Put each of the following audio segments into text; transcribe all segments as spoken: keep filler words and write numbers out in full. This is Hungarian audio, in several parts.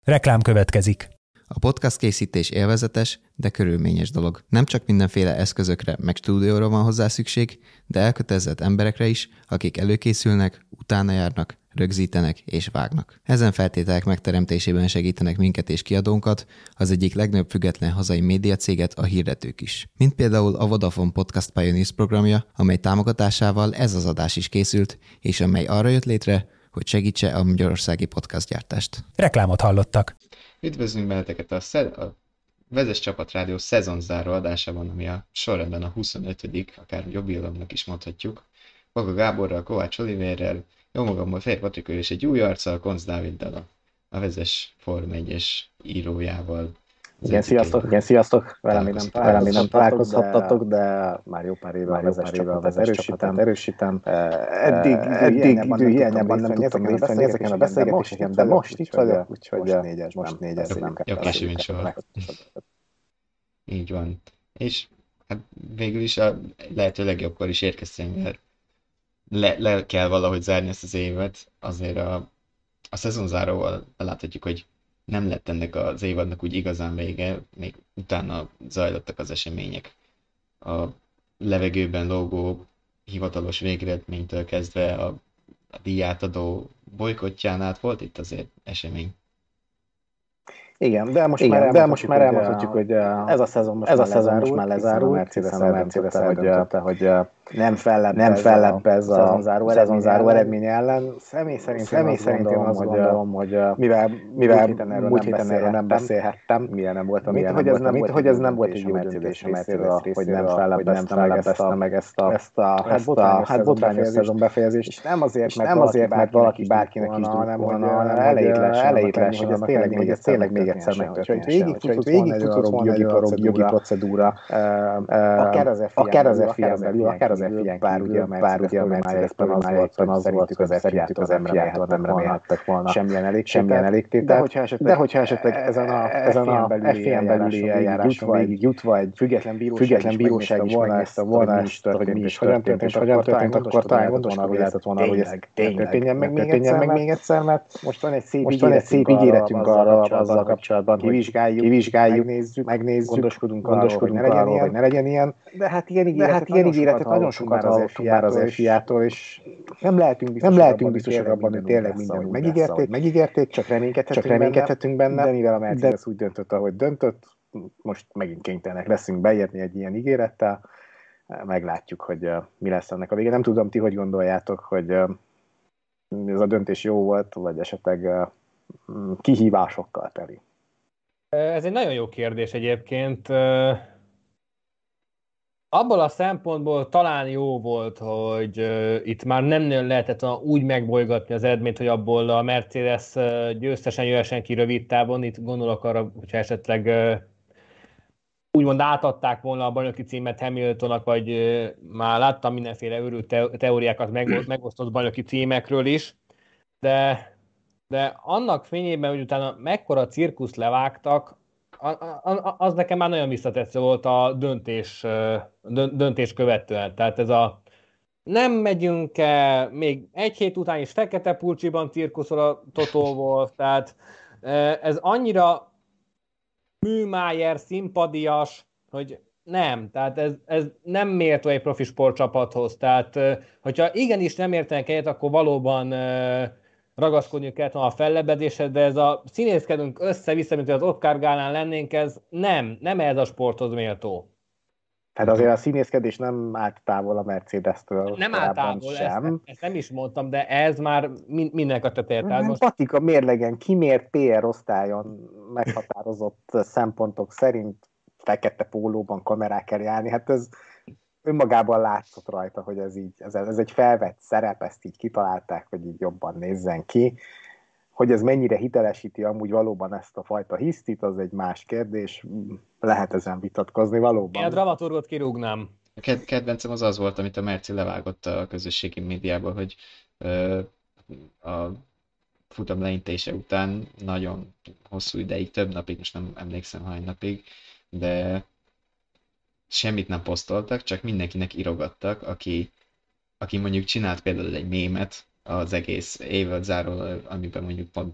Reklám következik. A podcast készítés élvezetes, de körülményes dolog. Nem csak mindenféle eszközökre meg stúdióra van hozzá szükség, de elkötelezett emberekre is, akik előkészülnek, utána járnak, rögzítenek és vágnak. Ezen feltételek megteremtésében segítenek minket és kiadónkat, az egyik legnagyobb független hazai médiacéget, a hirdetők is. Mint például a Vodafone Podcast Pioneers programja, amely támogatásával ez az adás is készült, és amely arra jött létre, hogy segítse a magyarországi podcastgyártást. Reklámot hallottak. Üdvözlünk benneteket a, Sze- a Vezes Csapat Rádió szezonzáró adásában, ami a sorrendben a huszonötödik, akár jubileumnak is mondhatjuk. Baga Gáborral, Kovács Olivérrel, jó magammal Fehér Patrikkal és egy új arccal, Koncz Dáviddal, a, a Vezes Forma egyes írójával. Igen, sziasztok, igen, sziasztok, velem még nem, velem még nem találkozhattatok, de már jó pár éve a Vezes Csapatot erősítem, erősítem. Eddig időhiányában nem tudtam részt venni ezeken a beszélgetéseken, de most itt vagyok, úgyhogy most négyesben. Jobb késő, mint soha. Így van. És hát végül is a lehető legjobbkor is érkeztünk, mert le, le kell valahogy zárni ezt az évet, azért a, a szezonzáróval láthatjuk, hogy nem lett ennek az évadnak úgy igazán vége, még utána zajlottak az események. A levegőben lógó hivatalos végeredménytől kezdve a, a díjátadó bolykottján át volt itt azért esemény. Igen, de most Igen, már, de most már elmondhatjuk, hogy, hogy ez a szezon most, ez a szezon most már lezárult, a Mercedes eldöntötte, hogy, hogy nem fellebb, nem fellebb ez a, a szezonzáró eredmény ellen. Személy szerint, személy szerint én azt gondolom, hogy mivel, mivel múlt héten erről nem beszélhettem, milyen nem volt, milyen hogy ez nem volt, hogy ez nem volt egy jó döntés a Mercedes, hogy nem fellebbezte meg ezt a hát botrányos szezon befejezést. És nem azért, mert valaki bárkinek is dúlt volna, hanem elejét lehessen, hogy ez tényleg még egyszer megtörténhessen. Hogy végigfutott volna egy jogi procedúra, akár az ef i-en belül, akár az ef i-en bár ugye a Mercedesben az volt, az szerintük az ef i-től nem remélhettek volna semmilyen elégtételt. De hogyha esetleg ezen a ef i-en belüli eljáráson végig jutva egy független bíróság is megnézte volna ezt, hogy mi is történt, és hogyan történt, akkor talán gondoskodott volna, hogy ez történjen meg még egyszer, mert most van egy szép ígéretünk arra azzal kapcsolatban, kivizsgáljuk, kivizsgáljuk, megnézzük, megnézzük, gondoskodunk, gondoskodunk arról, hogy ne legyen ilyen. De hát ilyen ígéretet nagyon sokat hallottunk már az ef i-tól, és nem lehetünk biztosak abban, hogy tényleg minden megígérték, megígérték, csak reménykedhetünk benne, de mivel a Mercedes úgy döntött, ahogy döntött, most megint kénytelenek leszünk beérni egy ilyen ígérettel, meglátjuk, hogy mi lesz ennek a vége. Nem tudom, ti hogy gondoljátok, hogy ez a döntés jó volt, vagy esetleg kihívásokkal teli. Ez egy nagyon jó kérdés egyébként. Abból a szempontból talán jó volt, hogy itt már nem nagyon lehetett úgy megbolygatni az eredményt, hogy abból a Mercedes győztesen jöhessen ki rövid távon. Itt gondolok arra, hogyha esetleg úgymond átadták volna a bajnoki címet Hamiltonnak, vagy már láttam mindenféle őrült teóriákat megosztott bajnoki címekről is, de De annak fényében, hogy utána mekkora cirkuszt levágtak, az nekem már nagyon visszatetsző volt a döntés, döntés követően. Tehát ez a nem megyünk el, még egy hét után is fekete pulcsiban cirkuszol a Totó volt, tehát ez annyira műmájer, szimpadias, hogy nem, tehát ez, ez nem mértő egy profi sportcsapathoz. Tehát hogyha igenis nem értenek egyet, akkor valóban ragaszkodni kellett a fellebbezéshez, de ez a színészkedünk össze-vissza, mint az Oscar gálán lennénk, ez nem, nem ez a sporthoz méltó. Tehát azért a színészkedés nem állt távol a Mercedes-től. Nem állt távol, ezt, ezt nem is mondtam, de ez már mindenek a tetejét. Most... Patika mérlegen kimért pé er osztályon meghatározott szempontok szerint fekete pólóban kamerák elé állni, hát ez önmagában látszott rajta, hogy ez így, ez, ez egy felvett szerep, ezt így kitalálták, hogy így jobban nézzen ki. Hogy ez mennyire hitelesíti amúgy valóban ezt a fajta hisztit, az egy más kérdés. Lehet ezen vitatkozni valóban. Én a dramaturgot kirúgnám. A kedvencem az az volt, amit a Merci levágott a közösségi médiában, hogy ö, a futam leintése után nagyon hosszú ideig, több napig, most nem emlékszem hány napig, de semmit nem posztoltak, csak mindenkinek írogattak, aki, aki mondjuk csinált például egy mémet az egész évad záró, amiben mondjuk pont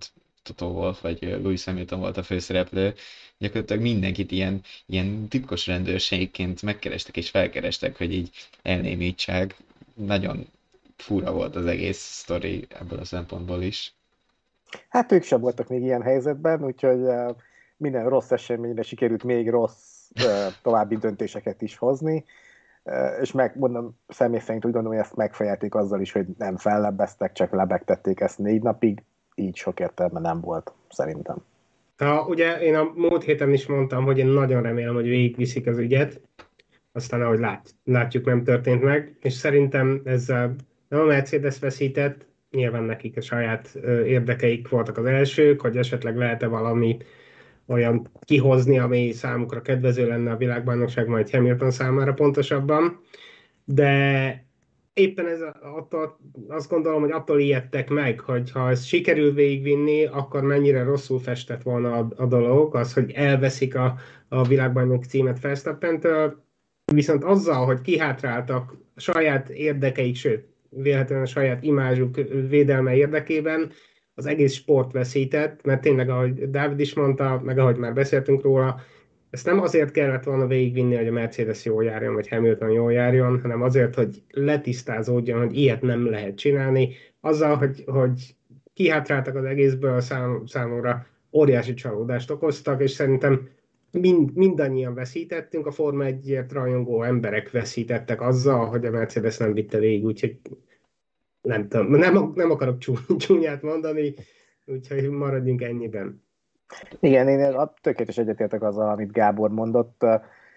Toto Wolff vagy Lewis Hamilton volt a főszereplő, gyakorlatilag mindenkit ilyen, ilyen titkos rendőrségként megkerestek és felkerestek, hogy így elnémítsák. Nagyon fura volt az egész sztori ebből a szempontból is. Hát ők sem voltak még ilyen helyzetben, úgyhogy minden rossz eseményre sikerült még rossz további döntéseket is hozni, és megmondom, személy szerint úgy gondolom, hogy ezt megfejelték azzal is, hogy nem fellebbeztek, csak lebegtették ezt négy napig, így sok értelme nem volt, szerintem. Ha, ugye én a múlt héten is mondtam, hogy én nagyon remélem, hogy végigviszik az ügyet, aztán ahogy lát, látjuk, nem történt meg, és szerintem ezzel nem a Mercedes veszített, nyilván nekik a saját érdekeik voltak az elsők, hogy esetleg lehet-e valami olyan kihozni, ami számukra kedvező lenne a világbajnokság, majd Hamilton számára pontosabban, de éppen ez attól, azt gondolom, hogy attól ijedtek meg, hogy ha ez sikerül végigvinni, akkor mennyire rosszul festett volna a, a dolog, az, hogy elveszik a, a világbajnok címet Verstappentől, viszont azzal, hogy kihátráltak a saját érdekeik, sőt, véletlenül a saját imázsuk védelme érdekében, az egész sport veszített, mert tényleg, ahogy Dávid is mondta, meg ahogy már beszéltünk róla, ezt nem azért kellett volna végigvinni, hogy a Mercedes jól járjon, vagy Hamilton jól járjon, hanem azért, hogy letisztázódjon, hogy ilyet nem lehet csinálni. Azzal, hogy, hogy kihátráltak az egészből, szám, számomra óriási csalódást okoztak, és szerintem mind, mindannyian veszítettünk, a Forma egyért rajongó emberek veszítettek azzal, hogy a Mercedes nem vitte végig, úgyhogy nem tudom, nem, nem akarok csúnyát mondani, úgyhogy maradjunk ennyiben. Igen, én tökéletes egyetértek azzal, amit Gábor mondott.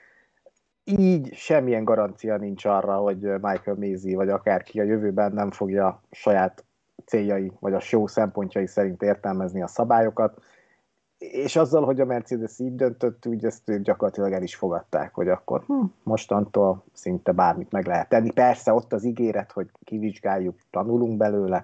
Így semmilyen garancia nincs arra, hogy Michael Masi vagy akárki a jövőben nem fogja saját céljai vagy a show szempontjai szerint értelmezni a szabályokat, és azzal, hogy a Mercedes így döntött, úgy ezt ők gyakorlatilag el is fogadták, hogy akkor hm, mostantól szinte bármit meg lehet tenni. Persze ott az ígéret, hogy kivizsgáljuk, tanulunk belőle,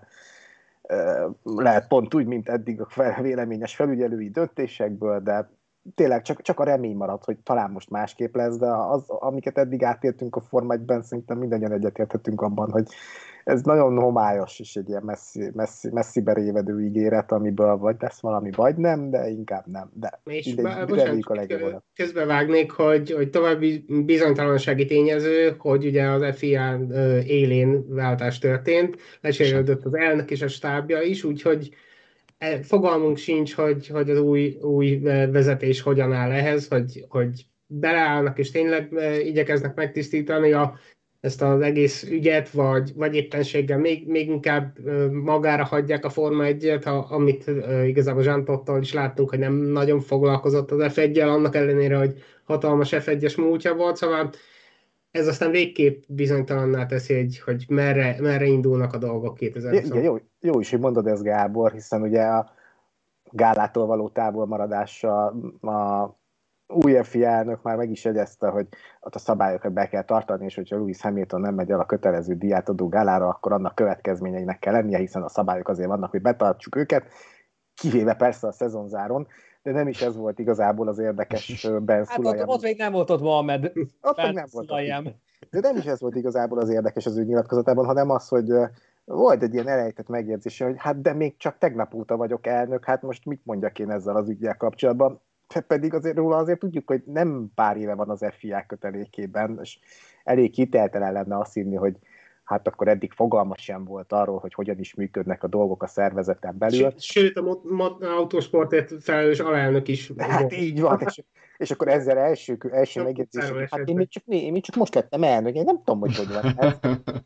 lehet pont úgy, mint eddig a véleményes felügyelői döntésekből, de tényleg csak, csak a remény maradt, hogy talán most másképp lesz, de az, amiket eddig átéltünk a Forma egyben, szerintem mindannyian egyetértettünk abban, hogy ez nagyon homályos és egy ilyen messzi, messzi, messzibe révedő ígéret, amiből vagy lesz valami, vagy nem, de inkább nem. De és bocsánat, a legjobb. Közbevágnék, hogy, hogy további bizonytalansági tényező, hogy ugye az ef i á élén váltás történt, lecserélődött az elnök és a stábja is, úgyhogy fogalmunk sincs, hogy, hogy az új, új vezetés hogyan áll ehhez, hogy, hogy beleállnak és tényleg igyekeznek megtisztítani a ezt az egész ügyet, vagy, vagy éppenséggel még, még inkább magára hagyják a Forma egyet, amit igazából Jean Tottal is láttunk, hogy nem nagyon foglalkozott az ef egyel, annak ellenére, hogy hatalmas ef egyes múltja volt, szóval ez aztán végképp bizonytalanná teszi, hogy, hogy merre, merre indulnak a dolgok kétezer-húsz. Jó, jó is, hogy mondod ezt, Gábor, hiszen ugye a gálától való távolmaradása a új ef i á elnök már meg is jegyezte, hogy ott a szabályokat be kell tartani, és hogyha Lewis Hamilton nem megy el a kötelező díját adó gálára, akkor annak következményeinek kell lennie, hiszen a szabályok azért vannak, hogy betartsuk őket, kivéve persze a szezonzáron, de nem is ez volt igazából az érdekes Ben hát ott, ott még nem volt ott Mohamed. Ott még nem volt ott. De nem is ez volt igazából az érdekes az ő nyilatkozatában, hanem az, hogy volt egy ilyen elejtett megjegyzése, hogy hát de még csak tegnap óta vagyok elnök, hát most mit mondjak én ezzel az üggyel kapcsolatban? Pedig azért róla azért tudjuk, hogy nem pár éve van az ef i á kötelékében, és elég hiteltelen lenne azt hinni, hogy hát akkor eddig fogalma sem volt arról, hogy hogyan is működnek a dolgok a szervezeten belül. Sőt, a autósportért felelős alelnök is. Hát volt. Így van, és, és akkor ezzel első, első megjegyzés, hát én még, csak, én még csak most lettem elnök, én nem tudom, hogy hogy van ez.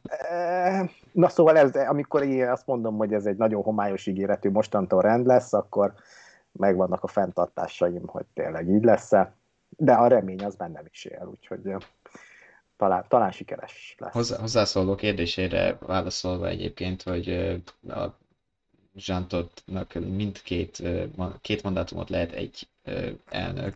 Na szóval ez, amikor én azt mondom, hogy ez egy nagyon homályos ígéretű, mostantól rend lesz, akkor megvannak a fenntartásaim, hogy tényleg így lesz-e, de a remény az bennem is él, úgyhogy talán, talán sikeres lesz. Hozzá, hozzászóló kérdésére válaszolva egyébként, hogy a Jean Todt-nak mindkét két mandátumot lehet egy elnök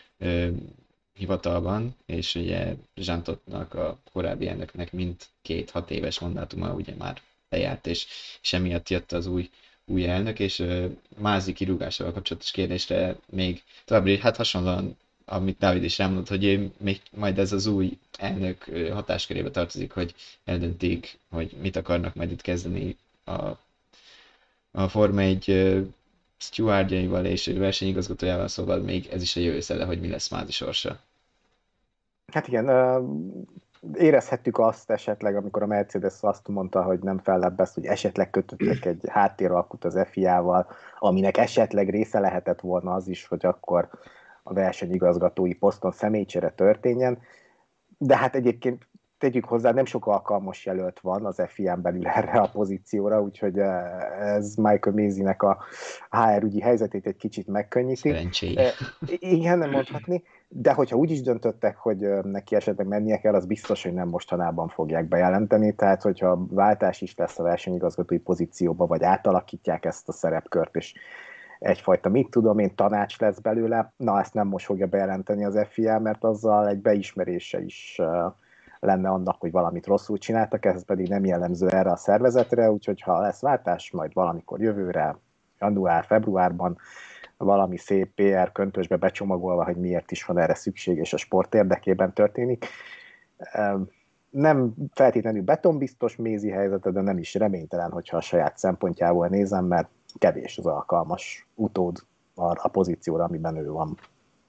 hivatalban, és ugye Jean Todt-nak a korábbi elnöknek mindkét hat éves mandátuma ugye már lejárt, és, és emiatt jött az új új elnök, és uh, Masi kirúgásával kapcsolatos kérdésre még továbbra is, hát hasonlóan, amit Dávid is elmondott, hogy még majd ez az új elnök hatáskörébe tartozik, hogy eldöntik, hogy mit akarnak majd itt kezdeni a, a Forma egy stewardjaival és versenyigazgatójával, szóval még ez is a jövő szele, hogy mi lesz Mázi sorsa. Hát igen, érezhettük azt esetleg, amikor a Mercedes azt mondta, hogy nem fellebbeszt, hogy esetleg kötöttek egy háttéralkut az ef i á-val, aminek esetleg része lehetett volna az is, hogy akkor a versenyigazgatói poszton személycsere történjen. De hát egyébként tegyük hozzá, nem sok alkalmas jelölt van az ef i á-n belül erre a pozícióra, úgyhogy ez Michael Masinek a há er ügyi helyzetét egy kicsit megkönnyíti. Szerencséje. Igen, nem mondhatni, de hogyha úgy is döntöttek, hogy neki esetleg mennie kell, az biztos, hogy nem mostanában fogják bejelenteni, tehát hogyha váltás is lesz a versenyigazgatói pozícióba, vagy átalakítják ezt a szerepkört, és egyfajta, mit tudom én, tanács lesz belőle, na ezt nem most fogja bejelenteni az ef i á, mert azzal egy beismerése is lenne annak, hogy valamit rosszul csináltak, ez pedig nem jellemző erre a szervezetre, úgyhogy ha lesz váltás, majd valamikor jövőre, január, februárban valami szép pé er köntösbe becsomagolva, hogy miért is van erre szükség, és a sport érdekében történik. Nem feltétlenül betonbiztos Masi helyzete, de nem is reménytelen, hogyha a saját szempontjából nézem, mert kevés az alkalmas utód arra a pozícióra, amiben ő van.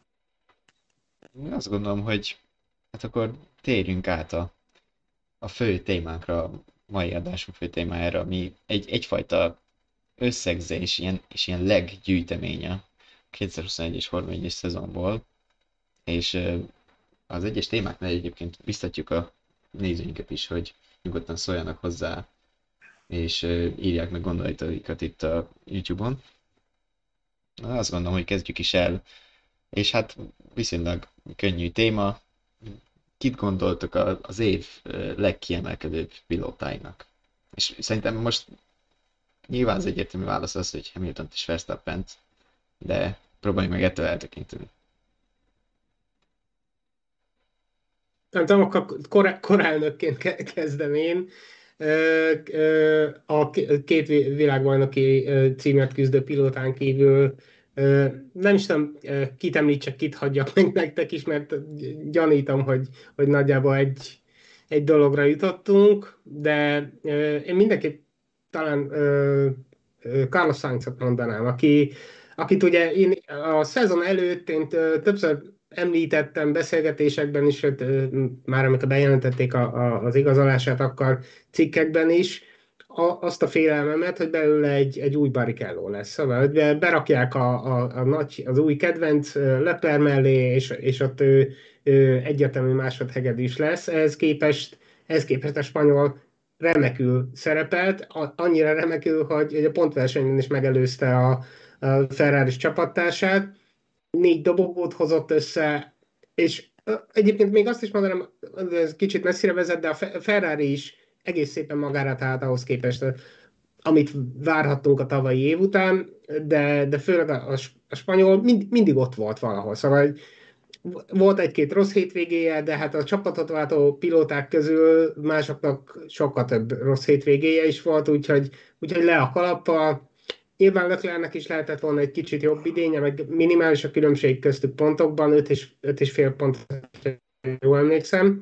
Én azt gondolom, hogy hát akkor térjünk át a, a fő témánkra, a mai adásunk fő témájára, ami egy, egyfajta összegzés ilyen, és ilyen leggyűjteménye a kétezer-huszonegy és harminegy-es szezonból, és az egyes témáknál egyébként biztatjuk a nézőinket is, hogy nyugodtan szóljanak hozzá, és írják meg gondolataikat itt a YouTube-on. Azt gondolom, hogy kezdjük is el, és hát viszonylag könnyű téma. Kit gondoltok az év legkiemelkedőbb pilótáinak? És szerintem most nyilván az egyértelmű válasz az, hogy Hamiltont és Verstappent, de próbáljuk meg ettől eltekinteni. Nem tudom, akkor kor- korelnökként kezdem én. A két világbajnoki címért küzdő pilótán kívül nem is tudom, kit említsek, kit hagyjak meg nektek is, mert gyanítom, hogy, hogy nagyjából egy, egy dologra jutottunk, de én mindenképp talán Carlos Sainzot mondanám, aki, akit ugye én a szezon előtt én többször említettem beszélgetésekben is, hogy már amikor bejelentették a, a, az igazolását, akkor cikkekben is, a, azt a félelmemet, hogy belőle egy, egy új Barrichello lesz. Szóval berakják a, a, a nagy, az új kedvenc Leclerc mellé, és, és ott ő, ő egyértelmű másodhegedűs lesz. Ehhez képest, ehhez képest a spanyol remekül szerepelt, annyira remekül, hogy a pontversenyen is megelőzte a, a Ferrari csapattársát, négy dobogót hozott össze, és egyébként még azt is mondanám, ez kicsit messzire vezet, de a Ferrari is egész szépen magára talált ahhoz képest, amit várhattunk a tavalyi év után, de, de főleg a, a spanyol mind, mindig ott volt valahol. Szóval volt egy-két rossz hétvégéje, de hát a csapatot váltó pilóták közül másoknak sokkal több rossz hétvégéje is volt, úgyhogy, úgyhogy le a kalappal. Nyilván Leclercnek is lehetett volna egy kicsit jobb idénye, meg minimális a különbség köztük pontokban, öt és, öt és fél pont, jól emlékszem.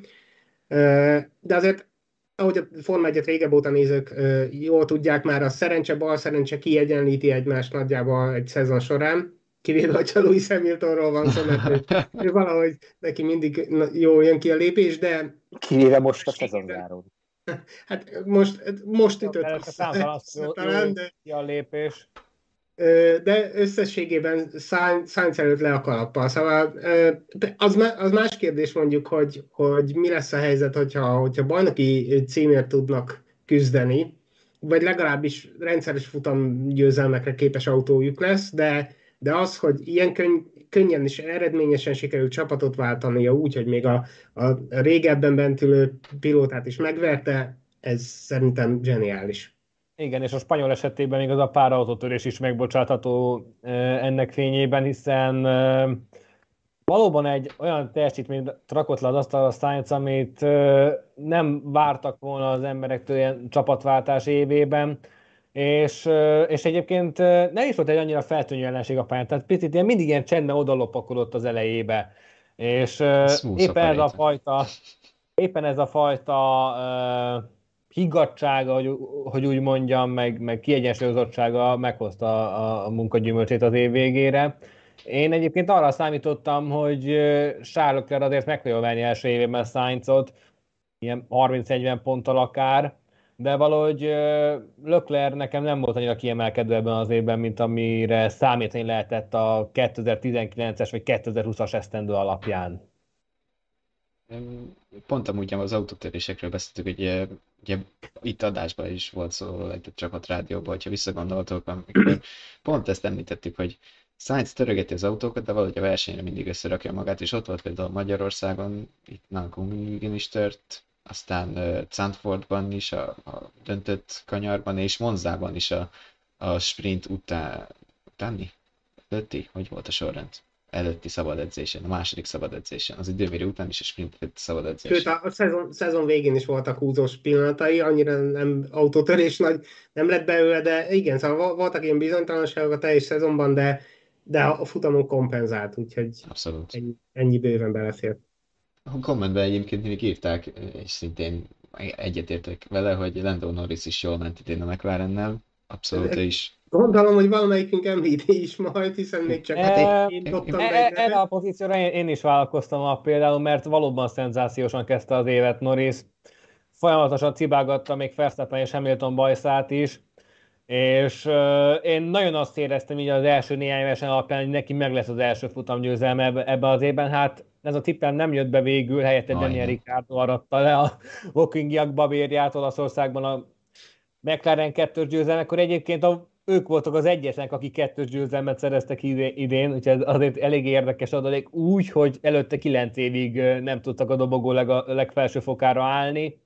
De azért, ahogy a Forma egyet régebb óta nézők jól tudják, már a szerencse, bal szerencse kiegyenlíti egymást nagyjából egy szezon során, kivéve, hogyha Lewis Hamiltonról van szó, mert ő, ő valahogy neki mindig jó jön ki a lépés, de... Kivéve most a szezonzáró. Hát most, most ütött vissza, talán, de... a lépés. De összességében Sainz előtt le a kalappal. Szóval az, az más kérdés mondjuk, hogy, hogy mi lesz a helyzet, hogyha, hogyha bajnoki címért tudnak küzdeni, vagy legalábbis rendszeres futamgyőzelmekre képes autójuk lesz, de, de az, hogy ilyen könny, könnyen és eredményesen sikerült csapatot váltania úgy, hogy még a, a régebben bent ülő pilótát is megverte, ez szerintem zseniális. Igen, és a spanyol esetében még az a pár autótörés is megbocsátható ennek fényében, hiszen valóban egy olyan teljesítményt rakott le az asztalra a Sainz, amit nem vártak volna az emberektől ilyen csapatváltás évében, és, és egyébként nem is volt egy annyira feltűnő ellenség a pályán, tehát picit ilyen mindig ilyen csendben odalopakodott az elejébe, és éppen ez a fajta, éppen ez a fajta higgadtsága, hogy, hogy úgy mondjam, meg, meg kiegyensúlyozottsága meghozta a, a munkagyümölcsét az év végére. Én egyébként arra számítottam, hogy Charles Leclerc azért meg fogja venni első évében Sainzot, ilyen harminc-negyven ponttal akár, de valahogy Leclerc nekem nem volt annyira kiemelkedő ebben az évben, mint amire számítani lehetett a kétezer-tizenkilences vagy kétezer-húszas esztendő alapján. Pont amúgy az autótörésekről beszéltük, hogy ugye itt adásban is volt szó róla, egy csapat rádióban, hogyha visszagondoltok, amikor pont ezt említettük, hogy Sainz törögeti az autókat, de valahogy a versenyre mindig összerakja magát, és ott volt például Magyarországon, itt Nürburgringen is tört, aztán uh, Zandvoortban is, a, a döntött kanyarban, és Monzában is a, a sprint után, utáni? Előtti? Hogy volt a sorrend? Előtti szabad edzésen, a második szabad edzésen, az időmérő után is a sprint előtti szabad edzésen. Sőt, a, a szezon, szezon végén is voltak húzós pillanatai, annyira nem autótörés nagy nem lett belőle, de igen, szóval voltak ilyen bizonytalanságok a teljes szezonban, de, de a futamon kompenzált, úgyhogy abszolút. Ennyi, ennyi bőven belefér. A kommentben egyébként még írták, és szintén egyetértek vele, hogy Lando Norris is jól ment idén a McLarennel, abszolút is. Gondolom, hogy valamelyikünk említi is majd, hiszen még csak hát én, én dobtam e, be. Erre a pozícióra én, én is vállalkoztam például, mert valóban szenzációsan kezdte az évet Norris. Folyamatosan cibálgatta még Verstappen és Hamilton bajszát is, és uh, én nagyon azt éreztem így az első néhány verseny alapján, hogy neki meg lesz az első futamgyőzelme ebben az évben. Hát ez a tippem nem jött be végül, helyette Daniel Ricciardo aratta le a Wokingiak babérját Olaszországban a McLaren kettős győzelmekor. Egyébként a, ők voltak az egyetlenek, akik kettős győzelmet szereztek idén, úgyhogy azért elég érdekes adalék, úgy, hogy előtte kilenc évig nem tudtak a dobogó leg, a legfelső fokára állni.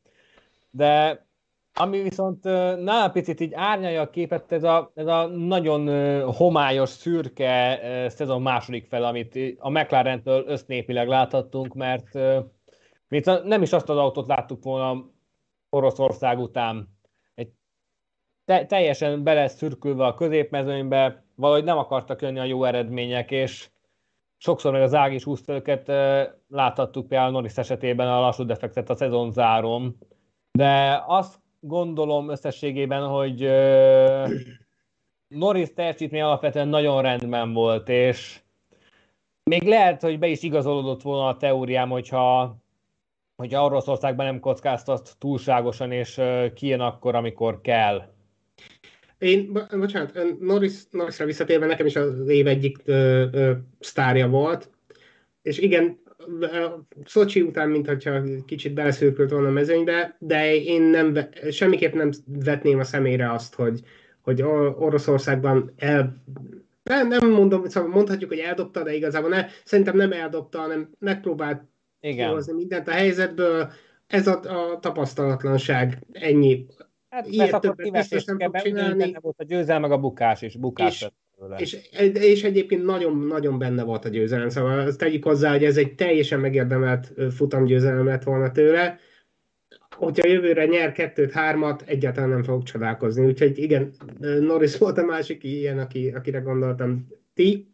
De ami viszont nála picit így árnyalja a képet, ez a, ez a nagyon homályos, szürke szezon második fel, amit a McLarentől össznépileg láthattunk, mert mint nem is azt az autót láttuk volna Oroszország után. Egy te, teljesen bele szürkülve a középmezőnybe, valahogy nem akartak jönni a jó eredmények, és sokszor meg az ág is húzta őket, láthattuk például Norris esetében a lassú defektet a szezon záron, de azt gondolom összességében, hogy uh, Norris teljesítmény alapvetően nagyon rendben volt, és még lehet, hogy be is igazolódott volna a teóriám, hogyha, hogyha Oroszországban nem kockáztat túlságosan, és uh, kijön akkor, amikor kell. Én, bo- bocsánat, Norris, Norrisra visszatérve nekem is az év egyik ö, ö, sztárja volt, és igen, Szocsi után, mintha kicsit beleszürkült volna a mezőnybe, de én nem, semmiképp nem vetném a szemére azt, hogy, hogy Oroszországban el, nem, nem mondom, szóval mondhatjuk, hogy eldobta, de igazából ne, szerintem nem eldobta, hanem megpróbált kihozni mindent a helyzetből. Ez a, a tapasztalatlanság, ennyi. Hát ilyet többet biztos nem fog csinálni. Volt a győzelem, meg a bukás is. Bukás és, és, és egyébként nagyon-nagyon benne volt a győzelem, szóval azt tegyük hozzá, hogy ez egy teljesen megérdemelt futamgyőzelem lett volna tőle. Hogyha jövőre nyer kettőt, hármat, egyáltalán nem fogok csodálkozni. Úgyhogy igen, Norris volt a másik ilyen, aki, akire gondoltam. Ti?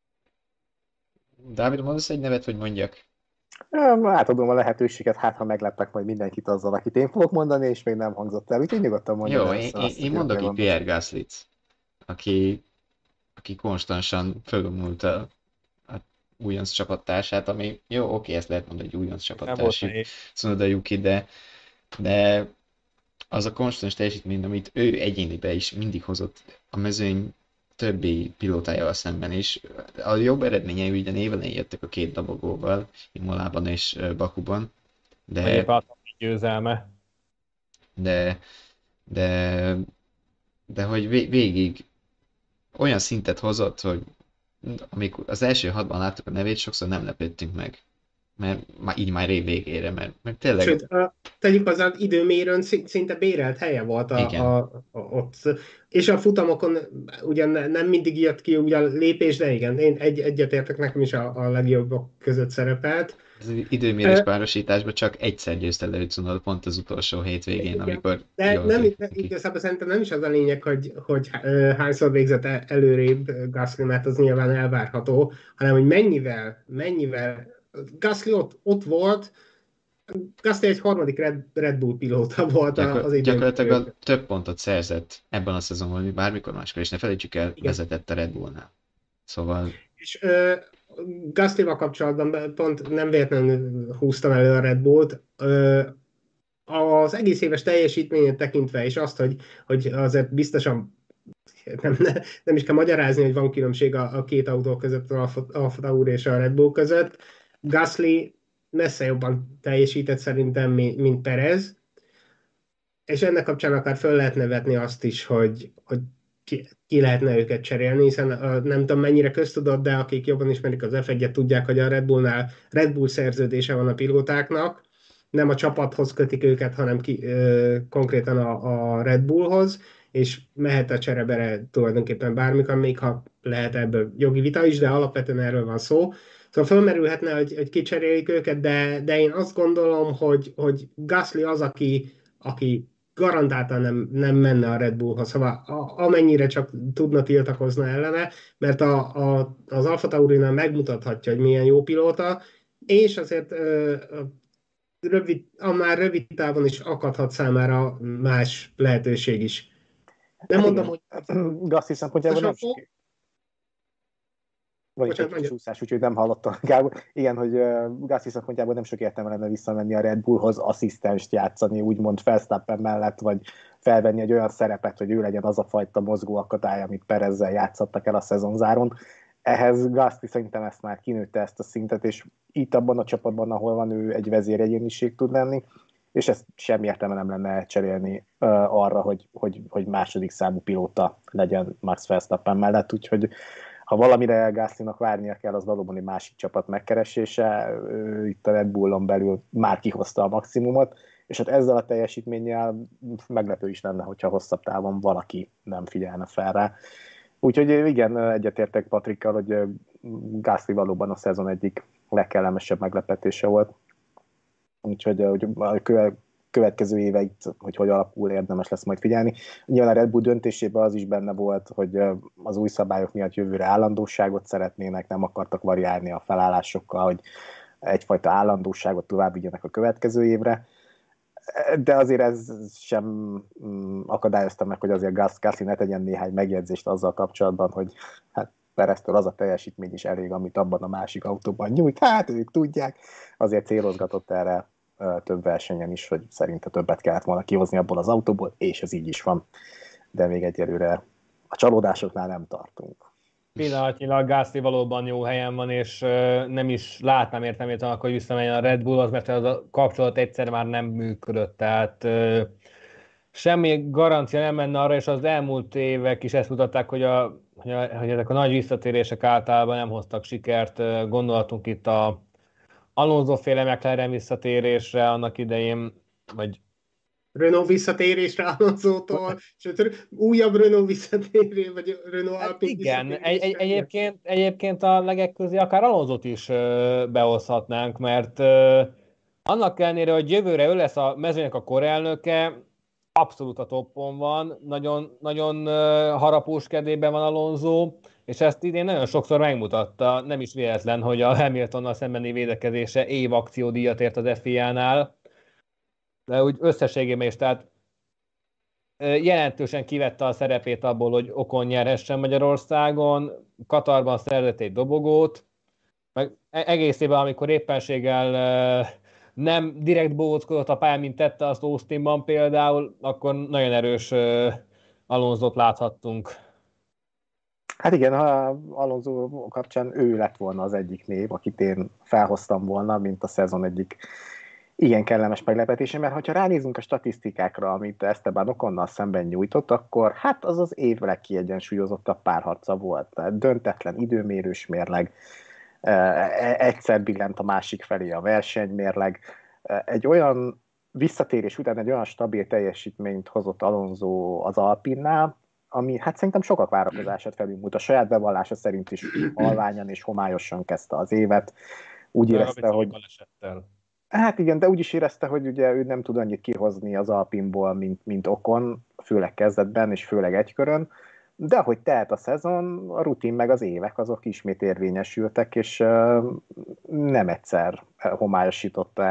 Dávid, mondasz egy nevet, hogy mondjak? Átadom a lehetőséget, hát ha meglepek majd mindenkit azzal, akit én fogok mondani, és még nem hangzott el, úgyhogy nyugodtan mondjam. Jó, én, én, én mondok egy Pierre Gaslyt, aki, aki konstansan fölmúlta a újonc csapattársát, ami jó, oké, ezt lehet mondani, hogy újonc csapattársuk, Tsunoda Yuki, de, de az a konstans teljesítmény, amit ő egyéniben is mindig hozott a mezőny többi pilótájával szemben is. A jobb eredményei ugyan évelején jöttek a két dobogóval, Imolában és Bakuban, de... győzelme. De, de, de hogy végig olyan szintet hozott, hogy amikor az első hatban láttuk a nevét, sokszor nem lepődtünk meg. Mert már így már év végére, mert, mert tényleg... Sőt, a, tegyük hozzá, az időmérőn szinte bérelt helye volt a, a, a, ott. És a futamokon ugyan nem mindig jött ki ugye a lépés, de igen, én egy, egyetértek, nekem is a, a legjobbak között szerepelt. Az időmérős párosításban csak egyszer győzte le Tsunoda, pont az utolsó hétvégén, igen, amikor... De nem, igazából szerintem nem is az a lényeg, hogy, hogy hányszor végzett előrébb Gasly, mert az nyilván elvárható, hanem hogy mennyivel, mennyivel Gasly ott, ott volt, Gasly egy harmadik Red, Red Bull pilóta volt Gyakor- az idén. Gyakorlatilag a több pontot szerzett ebben a szezonban, mint bármikor máskor, és ne felejtsük el, Igen. vezetett a Red Bullnál. Szóval... És uh, Gaslyval kapcsolatban pont nem véletlenül húztam elő a Red Bullt, uh, az egész éves teljesítményét tekintve, és azt, hogy, hogy azért biztosan nem, nem is kell magyarázni, hogy van különbség a, a két autó között, az Alfa Tauri és a Red Bull között. Gasly messze jobban teljesített szerintem, mint Perez, és ennek kapcsán akár föl lehetne vetni azt is, hogy, hogy ki, ki lehetne őket cserélni, hiszen a, nem tudom mennyire köztudott, de akik jobban ismerik az ef egyet, tudják, hogy a Red Bullnál Red Bull szerződése van a pilótáknak, nem a csapathoz kötik őket, hanem ki, ö, konkrétan a, a Red Bullhoz, és mehet a cserebere tulajdonképpen bármikor, még ha lehet ebből jogi vita is, de alapvetően erről van szó. Szóval fölmerülhetne, hogy, hogy kicserélik őket, de, de én azt gondolom, hogy, hogy Gasly az, aki, aki garantáltan nem, nem menne a Red Bullhoz, szóval a, amennyire csak tudna tiltakozna ellene, mert a, a, az Alfa Taurinál megmutathatja, hogy milyen jó pilóta, és azért ö, rövid, a már rövid távon is akadhat számára más lehetőség is. Nem hát mondom, igen. hogy... Gasly szempontjából nem sok... Vagy egy csúszás, úgyhogy nem hallottam. Gábor. Igen, hogy uh, Gasly szempontjából nem sok értelme lenne visszamenni a Red Bullhoz, asszisztenst játszani, úgymond Verstappen mellett, vagy felvenni egy olyan szerepet, hogy ő legyen az a fajta mozgó akadály, amit Perezzel játszottak el a szezonzáron. Ehhez Gasly szerintem ezt már kinőtte ezt a szintet, és itt abban a csapatban, ahol van, ő egy vezéregyéniség tud lenni, és ezt semmi értelme nem lenne cserélni uh, arra, hogy, hogy, hogy második számú pilóta legyen Max Verstappen mellett, úgyhogy ha valamire Gaslynak várnia kell, az valóban egy másik csapat megkeresése, ő itt a Red Bullon belül már kihozta a maximumot, és hát ezzel a teljesítménnyel meglepő is lenne, hogyha hosszabb távon valaki nem figyelne fel rá. Úgyhogy igen, egyetértek Patrikkal, hogy Gasly valóban a szezon egyik legkellemesebb meglepetése volt. Úgyhogy a következő éveit, hogy hogy alakul, érdemes lesz majd figyelni. Nyilván a Red Bull döntésében az is benne volt, hogy az új szabályok miatt jövőre állandóságot szeretnének, nem akartak variálni a felállásokkal, hogy egyfajta állandóságot tovább vigyenek a következő évre. De azért ez sem akadályozta meg, hogy azért Gasly ne tegyen néhány megjegyzést azzal kapcsolatban, hogy hát Pereztől az a teljesítmény is elég, amit abban a másik autóban nyújt. Hát ők tudják, azért célozgatott erre több versenyen is, hogy szerinte többet kellett volna kihozni abból az autóból, és ez így is van. De még egyelőre a csalódásoknál nem tartunk. Pillanatnyilag Gasly valóban jó helyen van, és nem is látnám értelmét annak, hogy visszamenjen a Red Bullhoz, mert az a kapcsolat egyszer már nem működött. Tehát semmi garancia nem menne arra, és az elmúlt évek is ezt mutatták, hogy, a, hogy, a, hogy ezek a nagy visszatérések általában nem hoztak sikert. Gondolhatunk itt a Alonso-féle McLaren visszatérésre annak idején, vagy Renault visszatérésre Alonso-tól, sőt, újabb Renault visszatérés, vagy Renault hát Alpine igen, egy, egy, egyébként, egyébként a legek közé akár Alonso-t is ö, behozhatnánk, mert ö, annak ellenére, hogy jövőre ő lesz a mezőnek a korelnöke, abszolút a toppon van, nagyon, nagyon ö, harapós kedében van Alonso, és ezt idén nagyon sokszor megmutatta, nem is véletlen, hogy a Hamiltonnal szembeni védekezése év akciódíjat ért az ef i á-nál, de úgy összességében is, tehát jelentősen kivette a szerepét abból, hogy Ocon nyerhessen Magyarországon, Katarban szerzett egy dobogót, meg egészében, amikor éppenséggel nem direkt bóckodott a pályán, mint tette azt Austinban például, akkor nagyon erős Alonso-t láthattunk. Hát igen, ha Alonso kapcsán ő lett volna az egyik név, akit én felhoztam volna, mint a szezon egyik igen kellemes meglepetése, mert ha ránézünk a statisztikákra, amit Esteban Oconnal szemben nyújtott, akkor hát az az év legkiegyensúlyozottabb párharca volt. Tehát döntetlen időmérős mérleg, egyszer billent a másik felé a versenymérleg. Egy olyan visszatérés után egy olyan stabil teljesítményt hozott Alonso az Alpinnál, ami hát szerintem sokak várakozását felülmúlt. A saját bevallása szerint is halványan és homályosan kezdte az évet. Úgy érezte, hogy... Hát igen, de úgy is érezte, hogy ugye ő nem tud annyit kihozni az Alpinból, mint, mint Ocon, főleg kezdetben és főleg egykörön, de ahogy telt a szezon, a rutin meg az évek azok ismét érvényesültek, és uh, nem egyszer homályosította el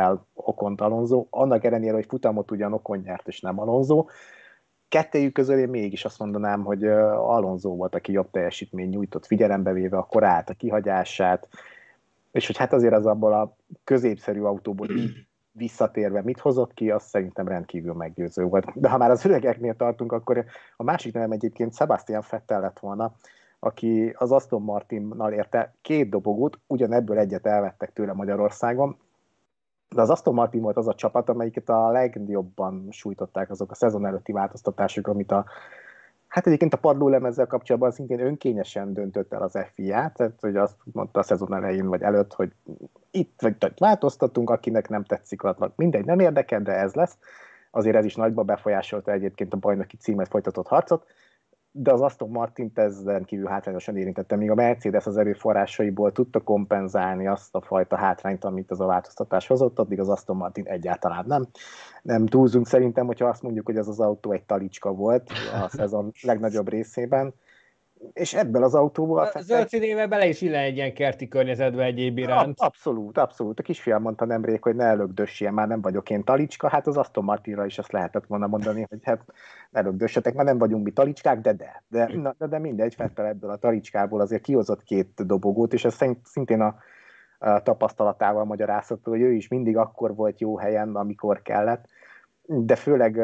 Ocont Alonso, annak ellenére, hogy futamot ugyan Ocon nyert, és nem Alonso. Kettejük közül én mégis azt mondanám, hogy Alonso volt, aki jobb teljesítmény nyújtott, figyelembe véve a korát, a kihagyását, és hogy hát azért az abból a középszerű autóból így visszatérve mit hozott ki, az szerintem rendkívül meggyőző volt. De ha már az öregeknél tartunk, akkor a másik nevem egyébként Sebastian Vettel lett volna, aki az Aston Martinnal érte két dobogót, ugyanebből egyet elvettek tőle Magyarországon, de az Aston Martin volt az a csapat, amelyiket a legjobban sújtották azok a szezon előtti változtatások, amit a hát egyébként a padlólemezzel kapcsolatban szintén önkényesen döntött el az ef i á, tehát hogy azt mondta a szezon elején vagy előtt, hogy itt vagy változtatunk, akinek nem tetszik, mindegy, nem érdekel, de ez lesz. Azért ez is nagyban befolyásolta egyébként a bajnoki címet folytatott harcot, de az Aston Martint ez rendkívül hátrányosan érintette, míg a Mercedes az erőforrásaiból tudta kompenzálni azt a fajta hátrányt, amit ez a változtatás hozott, addig az Aston Martin egyáltalán nem. Nem túlzunk szerintem, hogyha azt mondjuk, hogy ez az autó egy talicska volt a szezon legnagyobb részében, és ebből az autóból... A zöld színével bele is illen egy ilyen kerti környezetbe egyéb iránt. Abszolút, abszolút. A kisfiam mondta nemrég, hogy ne lögdössél, már nem vagyok én talicska, hát az Aston Martinra is ezt lehetett volna mondani, hogy hát ne lögdössetek, már nem vagyunk mi talicskák, de de. De, na, de mindegy, Vettel ebből a talicskából azért kihozott két dobogót, és ez szintén a, a tapasztalatával magyarázható, hogy ő is mindig akkor volt jó helyen, amikor kellett, de főleg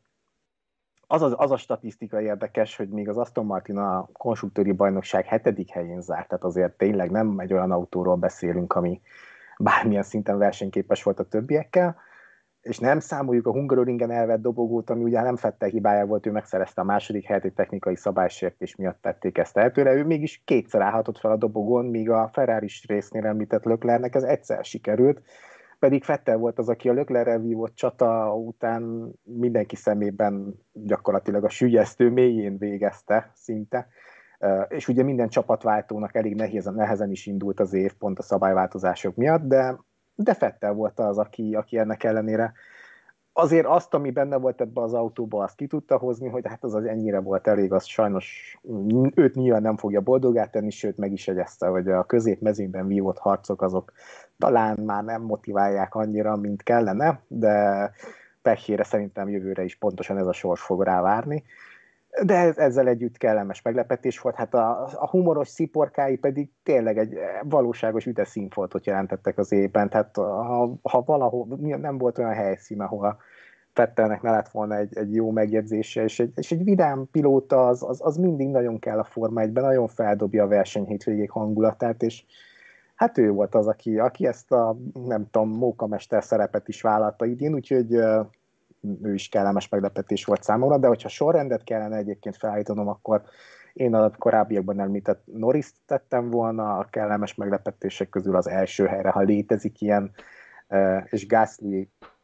Az, az, az a statisztika érdekes, hogy még az Aston Martin a konstruktőri bajnokság hetedik helyén zárt, tehát azért tényleg nem egy olyan autóról beszélünk, ami bármilyen szinten versenyképes volt a többiekkel, és nem számoljuk a Hungaroringen elvett dobogót, ami ugye nem Vettel hibája volt, ő megszerezte a második helyet, egy technikai szabálysértés miatt tették ezt el tőle, ő mégis kétszer állhatott fel a dobogón, míg a Ferrari-s résznél említett Leclercnek ez egyszer sikerült, pedig Vettel volt az, aki a Leclerrel vívott csata után mindenki szemében gyakorlatilag a sügyesztő mélyén végezte szinte, és ugye minden csapatváltónak elég nehézen, nehezen is indult az év pont a szabályváltozások miatt, de, de Vettel volt az, aki, aki ennek ellenére azért azt, ami benne volt ebbe az autóba, azt ki tudta hozni, hogy hát az az ennyire volt elég, az sajnos őt nyilván nem fogja boldogát tenni, sőt meg is jegyezte, hogy a középmezőnyben vívott harcok azok talán már nem motiválják annyira, mint kellene, de pehjére szerintem jövőre is pontosan ez a sors fog rá várni. De ezzel együtt kellemes meglepetés volt, hát a, a humoros sziporkái pedig tényleg egy valóságos üdes színfoltot jelentettek az évben, tehát ha, ha valahol nem volt olyan helyszín, ahol Vettelnek ne lett volna egy, egy jó megjegyzése, és egy, és egy vidám pilóta az, az, az mindig nagyon kell a Forma egyben, nagyon feldobja a verseny hétvégék hangulatát, és hát ő volt az, aki, aki ezt a, nem tudom, mókamester szerepet is vállalta idén, úgyhogy ő is kellemes meglepetés volt számomra, de hogyha sorrendet kellene egyébként felállítanom, akkor én a korábbiakban említett Norris tettem volna a kellemes meglepetések közül az első helyre, ha létezik ilyen, és Gasly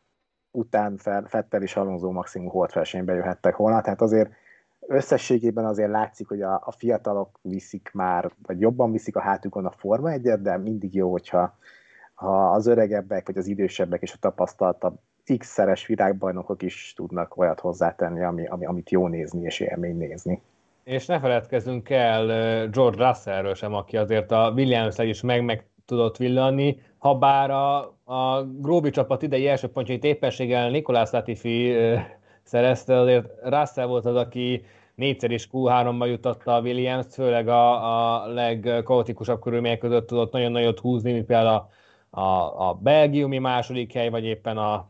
után Vettel és Alonso maximum holt versenybe jöhettek volna, tehát azért összességében azért látszik, hogy a, a fiatalok viszik már, vagy jobban viszik a hátukon a Forma egyet, de mindig jó, hogyha ha az öregebbek, vagy az idősebbek és a tapasztaltabb x-szeres világbajnokok is tudnak olyat hozzátenni, ami, ami, amit jó nézni és élmény nézni. És ne feledkezzünk el George Russellről sem, aki azért a Williams-el is meg, meg tudott villanni, ha bár a, a Gróbi csapat idei első pontjait éppenséggel Nicolas Latifi szerezte, azért Russell volt az, aki négyszer is kú háromba jutatta a Williams-t, főleg a, a legkaotikusabb körülmények között tudott nagyon nagyot húzni, mint például a, a, a belgiumi második hely, vagy éppen a,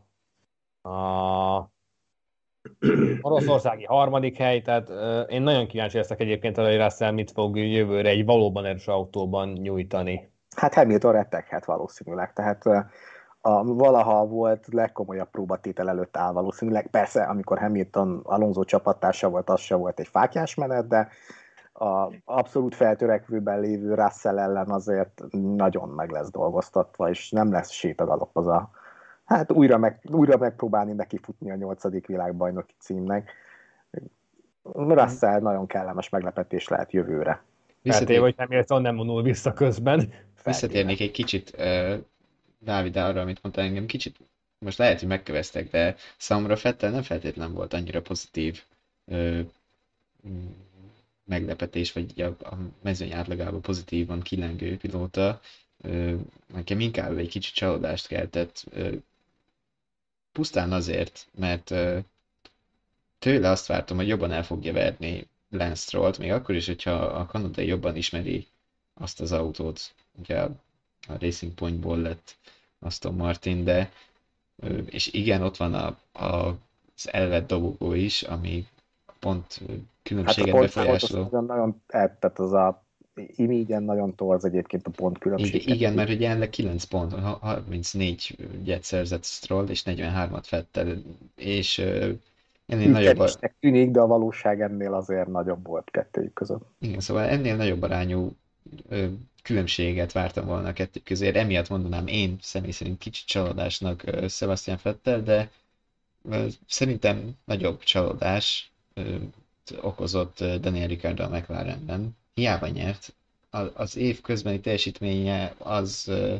a oroszországi harmadik hely, tehát uh, én nagyon kíváncsi leszek egyébként, hogy Russell mit fog jövőre egy valóban erős autóban nyújtani. Hát Hamilton retteghet valószínűleg, tehát a valaha volt legkomolyabb próbatétel előtt áll valószínűleg. Persze, amikor Hamilton Alonso csapattársa volt, az se volt egy fáklyás menet, de a abszolút feltörekvőben lévő Russell ellen azért nagyon meg lesz dolgoztatva, és nem lesz sétagalop az a hát újra, meg, újra megpróbálni neki futni a nyolcadik világbajnoki címnek. Russell nagyon kellemes meglepetés lehet jövőre. Feltéve, hogy Hamilton nem vonul vissza közben. Visszatérnék egy kicsit, uh, Dávid, arra, amit mondta engem, kicsit, most lehet, hogy megköveztek, de számomra Vettel nem feltétlenül volt annyira pozitív uh, meglepetés, vagy a, a mezőny átlagában pozitívan kilengő pilóta. Uh, nekem inkább egy kicsit csalódást keltett uh, pusztán azért, mert tőle azt vártam, hogy jobban el fogja verni Lance Strollt, még akkor is, hogyha a kanadai jobban ismeri azt az autót, ugye a Racing Pointból lett Aston Martin, de és igen, ott van a, a, az elvett dobogó is, ami pont különbséget hát befolyásoló. Az nagyon, tehát az a imígyen nagyon torz egyébként a pont különbség. Igen, igen, mert hogy jelenleg kilenc pont, harmincnégy gyet szerzett Stroll, és negyvenhármat Vettel, és ennél nagyobb a... tűnik, de a valóság ennél azért nagyobb volt kettőjük között. Igen, szóval ennél nagyobb arányú ö, különbséget vártam volna a kettő közé. Emiatt mondanám én személy szerint kicsit csalódásnak ö, Sebastian Vettel, de ö, szerintem nagyobb csalódás ö, okozott ö, Daniel Ricciardo a McLarenben. Hiába nyert. A, az év közbeni teljesítménye az... Ö,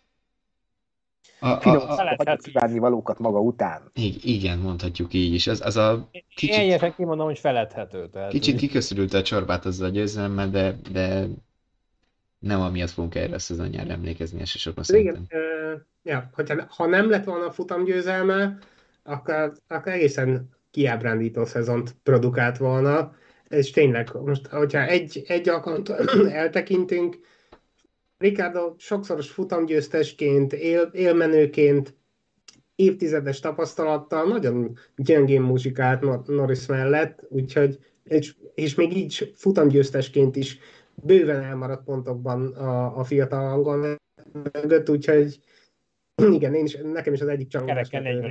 a, a, a, a kívánni valókat maga után. Igen, mondhatjuk így is. Az, az a kicsit, én ilyesen kimondom, hogy feledhető. Tehát kicsit úgy... kiköszörülte a csorbát azzal a győzelemmel, de, de nem amiatt fogunk erre a szezonjára emlékezni elsősorban szerintem. Igen, uh, ja, hogyha, ha nem lett volna a futamgyőzelme, akkor, akkor egészen kiábrándító szezont produkált volna, és tényleg, most, hogyha egy, egy alkalmat eltekintünk, Ricciardo sokszoros futamgyőztesként, él, élmenőként, évtizedes tapasztalattal nagyon gyengén muzsikált Norris mellett, úgyhogy, és, és még így futamgyőztesként is bőven elmaradt pontokban a, a fiatal angol mögött, úgyhogy igen, én is, nekem is az egyik csalódás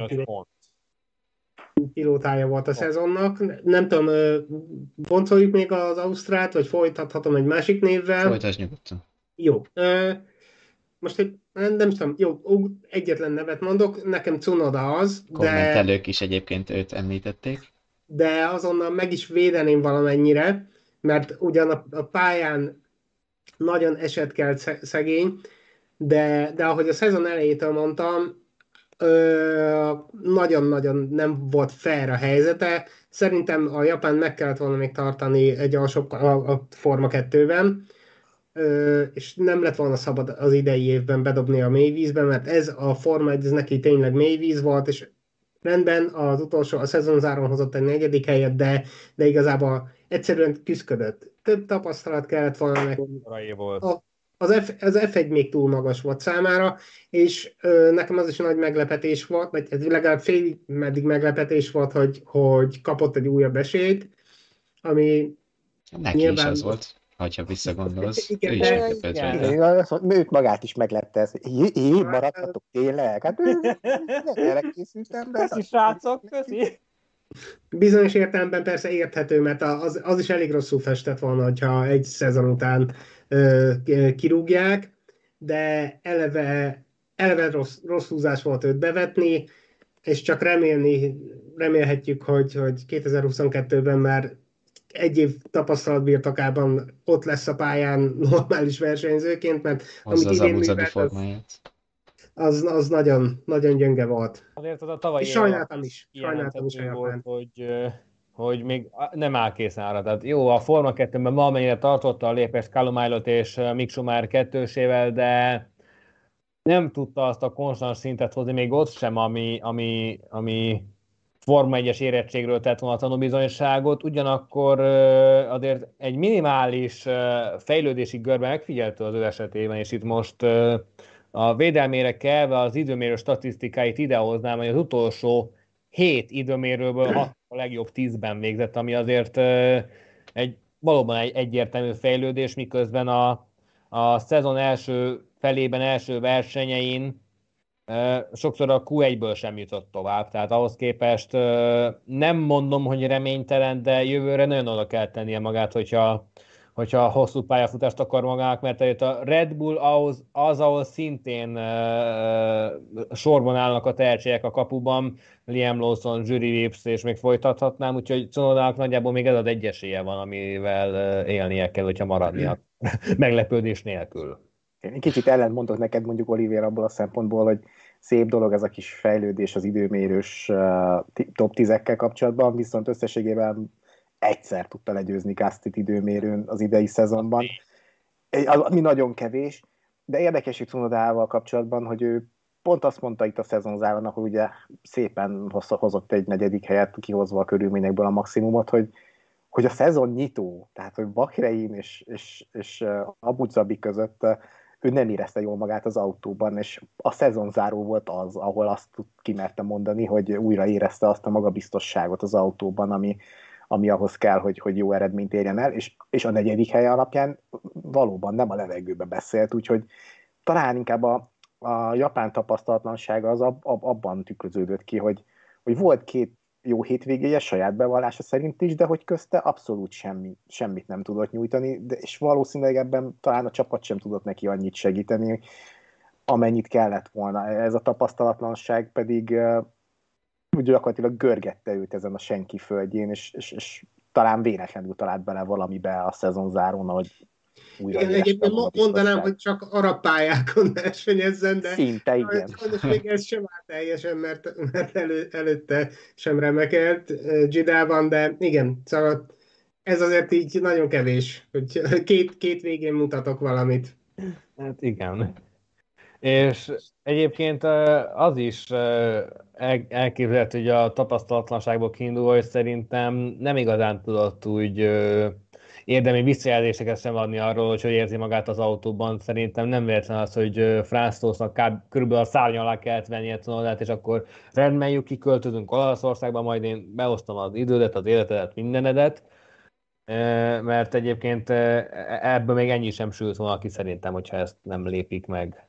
pilótája volt a szezonnak. Nem tudom, boncoljuk még az Ausztrált, vagy folytathatom egy másik névvel. Folytasd nyugodtan. Jó. Most egy, nem tudom, jó, egyetlen nevet mondok, nekem Cunoda az, de... Kommentelők is egyébként őt említették. De azonnal meg is védeném valamennyire, mert ugyan a, a pályán nagyon esetkelt szegény, de, de ahogy a szezon elejétől mondtam, ö, nagyon-nagyon nem volt fair a helyzete. Szerintem a Japán meg kellett volna még tartani egy alsóbb a, a Forma kettőben, ö, és nem lett volna szabad az idei évben bedobni a mélyvízbe, mert ez a Forma egy, ez neki tényleg mélyvíz volt, és rendben az utolsó, a szezonzáron hozott egy negyedik helyet, de, de igazából egyszerűen küzdködött. Több tapasztalat kellett volna meg. A, az, F, az ef egy még túl magas volt számára, és ö, nekem az is nagy meglepetés volt, vagy ez legalább fél meddig meglepetés volt, hogy, hogy kapott egy újabb esélyt, ami neki nyilván... is az volt. Ha visszagondolsz, igen, ő is meglepett. Őt magát is meglepte ez. Így maradhatok tényleg? Hát erre készültem be. Köszi, srácok, köszi. Bizonyos értelemben persze érthető, mert az, az is elég rosszul festett volna, hogyha egy szezon után ö, kirúgják, de eleve, eleve rossz, rossz húzás volt őt bevetni, és csak remélni, remélhetjük, hogy, hogy kétezer-huszonkettőben már egy év tapasztalat birtokában ott lesz a pályán normális versenyzőként, mert Hozzá amit idén művelt, az, az nagyon, nagyon gyönge volt. Azért az a tavalyi és sajnáltam is, sajnáltam is a Japán. Hogy, hogy még nem áll készen arra. Tehát jó, a Forma kettőben ma amennyire tartotta a lépést Callum Ilott és Mick Schumacher kettősével, de nem tudta azt a konstans szintet hozni, még ott sem, ami, ami, ami Forma egyes érettségről tett volna a tanúbizonyságot, ugyanakkor azért egy minimális fejlődési görbe megfigyeltő az ő esetében, és itt most a védelmére kelve az időmérő statisztikáit idehoznám, hogy az utolsó hét időmérőből hat a legjobb tízben végzett, ami azért egy valóban egy egyértelmű fejlődés, miközben a, a szezon első felében, első versenyein sokszor a kú egyből sem jutott tovább, tehát ahhoz képest nem mondom, hogy reménytelen, de jövőre nagyon oda kell tennie magát, hogyha, hogyha hosszú pályafutást akar magának, mert a Red Bull ahhoz, az, ahol szintén sorban állnak a tehetségek a kapuban, Liam Lawson, Jury Vips, és még folytathatnám, úgyhogy Cunodának nagyjából még ez az egy esélye van, amivel élnie kell, hogyha maradnia meglepődés nélkül. Én kicsit ellent mondok neked mondjuk, Oliver, abból a szempontból, hogy szép dolog ez a kis fejlődés az időmérős uh, top tízekkel kapcsolatban, viszont összességében egyszer tudta legyőzni Gaslyt időmérőn az idei szezonban, ami nagyon kevés, de érdekes, hogy Cunodával kapcsolatban, hogy ő pont azt mondta itt a szezonzáron, ahol ugye szépen hozott egy negyedik helyet, kihozva a körülményekből a maximumot, hogy, hogy a szezon nyitó, tehát hogy Bahrein és, és, és Abu Dhabi között ő nem érezte jól magát az autóban, és a szezonzáró volt az, ahol azt kimerte mondani, hogy újra érezte azt a magabiztosságot az autóban, ami, ami ahhoz kell, hogy, hogy jó eredményt érjen el, és, és a negyedik helye alapján valóban nem a levegőbe beszélt, úgyhogy talán inkább a, a japán tapasztalatlansága az ab, ab, abban tükröződött ki, hogy, hogy volt két jó hétvégéje saját bevallása szerint is, de hogy közte abszolút semmi, semmit nem tudott nyújtani, de, és valószínűleg ebben talán a csapat sem tudott neki annyit segíteni, amennyit kellett volna. Ez a tapasztalatlanság pedig uh, úgy gyakorlatilag görgette őt ezen a senki földjén, és, és, és talán véletlenül talált bele valamibe a szezonzárón, hogy újra igen, egyébként mondanám, hogy csak arab pályákon versenyezzen, de szinte igen. Sajnos még ez sem áll teljesen, mert, mert elő, előtte sem remekelt Jedában, de igen, szóval ez azért így nagyon kevés, hogy két, két végén mutatok valamit. Hát igen. És egyébként az is elképzelhető, hogy a tapasztalatlanságból kiindulva, hogy szerintem nem igazán tudott úgy érdemi visszajelzéseket sem adni arról, hogy hogy érzi magát az autóban. Szerintem nem véletlen az, hogy Franz Tosznak körülbelül a szárny alá kellett venni a tonolát, és akkor rendben, kiköltözünk Olaszországba, majd én beosztom az idődet, az életedet, mindenedet, mert egyébként ebből még ennyi sem sült volna ki szerintem, hogyha ezt nem lépik meg.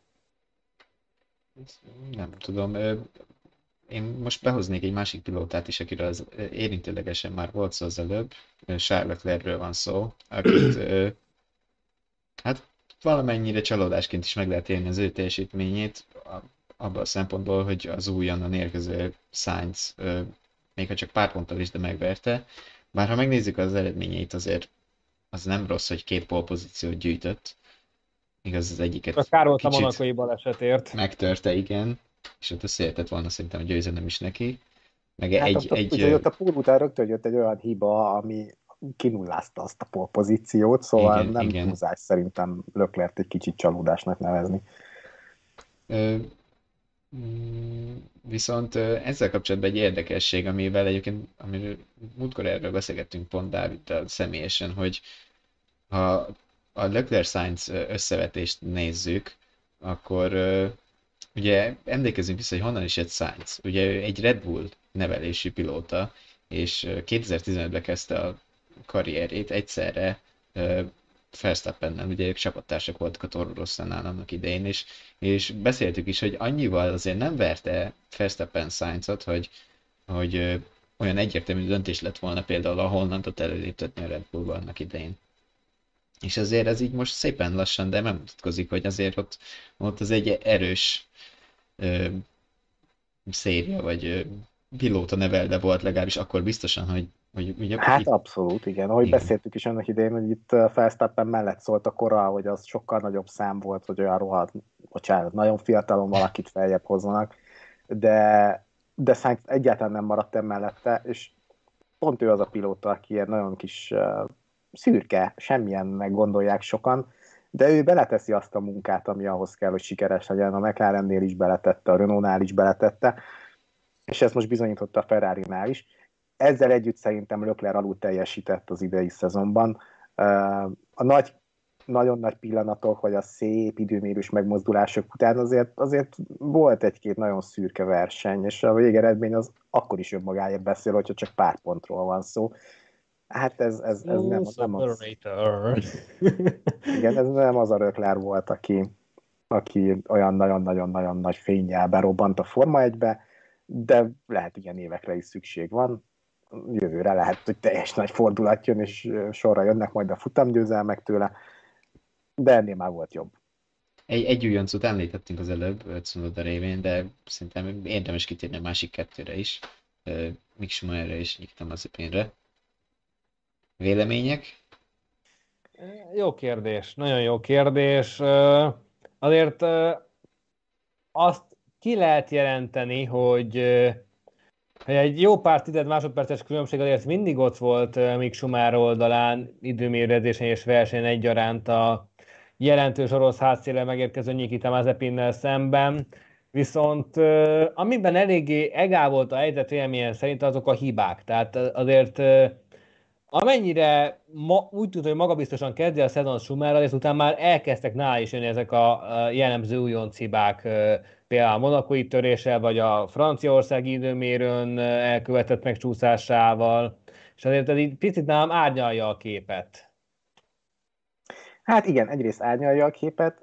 Nem tudom. Én most behoznék egy másik pilótát is, akiről az érintőlegesen már volt szó az előbb. Charles Leclercről van szó, akit hát valamennyire csalódásként is meg lehet élni az ő teljesítményét, abban a szempontból, hogy az újonnan érkező Sainz még ha csak pár ponttal is, de megverte. Bár ha megnézzük az eredményeit, azért az nem rossz, hogy két pole pozíciót gyűjtött. Igaz, az egyiket a kár volt a monakói balesetért. Megtörte, igen. És ott összeértett volna szerintem a győzelem is neki. Meg hát egy... ott, egy úgy, ott a pól után rögtön jött egy olyan hiba, ami kinullázta azt a pole pozíciót, szóval igen, nem igen. túlzás szerintem Leclerc egy kicsit csalódásnak nevezni. Ö, viszont ezzel kapcsolatban egy érdekesség, amivel egyébként, amiről múltkor erről beszélgettünk pont Dáviddal személyesen, hogy ha a Leclerc-Sainz összevetést nézzük, akkor ugye emlékezzünk vissza, hogy honnan is jött Sainz. Ugye ő egy Red Bull nevelésű pilóta, és kétezer-tizenötben kezdte a karrierét egyszerre Verstappennel, ugye ők csapattársak voltak a Toro Rossónál annak idején, és, és beszéltük is, hogy annyival azért nem verte Verstappen Sainzot, hogy, hogy olyan egyértelmű döntés lett volna például a Hollandot előléptetni a Red Bullba annak idején. És azért ez így most szépen lassan, de megmutatkozik, hogy azért ott, ott az egy erős ö, széria, vagy ö, pilóta nevelve volt legalábbis akkor biztosan, hogy, hogy ugye... Hát itt... abszolút, igen. Ahogy igen. Beszéltük is annak idején, hogy itt Verstappen mellett szólt a kora, hogy az sokkal nagyobb szám volt, hogy olyan rohadt, bocsánat, nagyon fiatalon valakit feljebb hozzanak, de, de Sainz egyáltalán nem maradt emellette, és pont ő az a pilóta, aki ilyen nagyon kis uh, szürke, semmilyennek gondolják sokan, de ő beleteszi azt a munkát, ami ahhoz kell, hogy sikeres legyen. A McLarennél is beletette, a Renaultnál is beletette, és ezt most bizonyította a Ferrarinál is. Ezzel együtt szerintem Leclerc alul teljesített az idei szezonban. A nagy, nagyon nagy pillanatok, vagy a szép időmérős megmozdulások után azért, azért volt egy-két nagyon szürke verseny, és a végeredmény az akkor is önmagáért beszél, hogyha csak pár pontról van szó. Hát ez, ez, ez nem, nem az... Igen, ez nem az a Leclerc volt, aki, aki olyan nagyon-nagyon-nagyon nagy fénnyel berobbant a Forma egybe, de lehet ilyen évekre is szükség van. Jövőre lehet, hogy teljes nagy fordulat jön, és sorra jönnek majd a futamgyőzelmek tőle, de ennél már volt jobb. Egy, egy újoncot említettünk az előbb, Tsunoda révén, de szerintem érdemes kitérni a másik kettőre is, Mick Schumacherre és Nikita Mazepinre. Vélemények? Jó kérdés, nagyon jó kérdés. Azért azt ki lehet jelenteni, hogy, hogy egy jó pár tized másodperces különbség azért mindig ott volt Mick Schumacher oldalán, időmérőzésen és versenyen egyaránt a jelentős orosz hátszéllel megérkező Nikita Mazepinnel szemben. Viszont amiben eléggé egál volt a helyzet véleményem szerint, azok a hibák. Tehát azért amennyire ma, úgy tűnt, hogy magabiztosan kezdi a szezon Schumacher, ezután már elkezdtek nála is jönni ezek a jellemző újonc hibák, például a monakói töréssel, vagy a franciaországi időmérőn elkövetett megcsúszásával, és azért ez így picit nálam árnyalja a képet. Hát igen, egyrészt árnyalja a képet,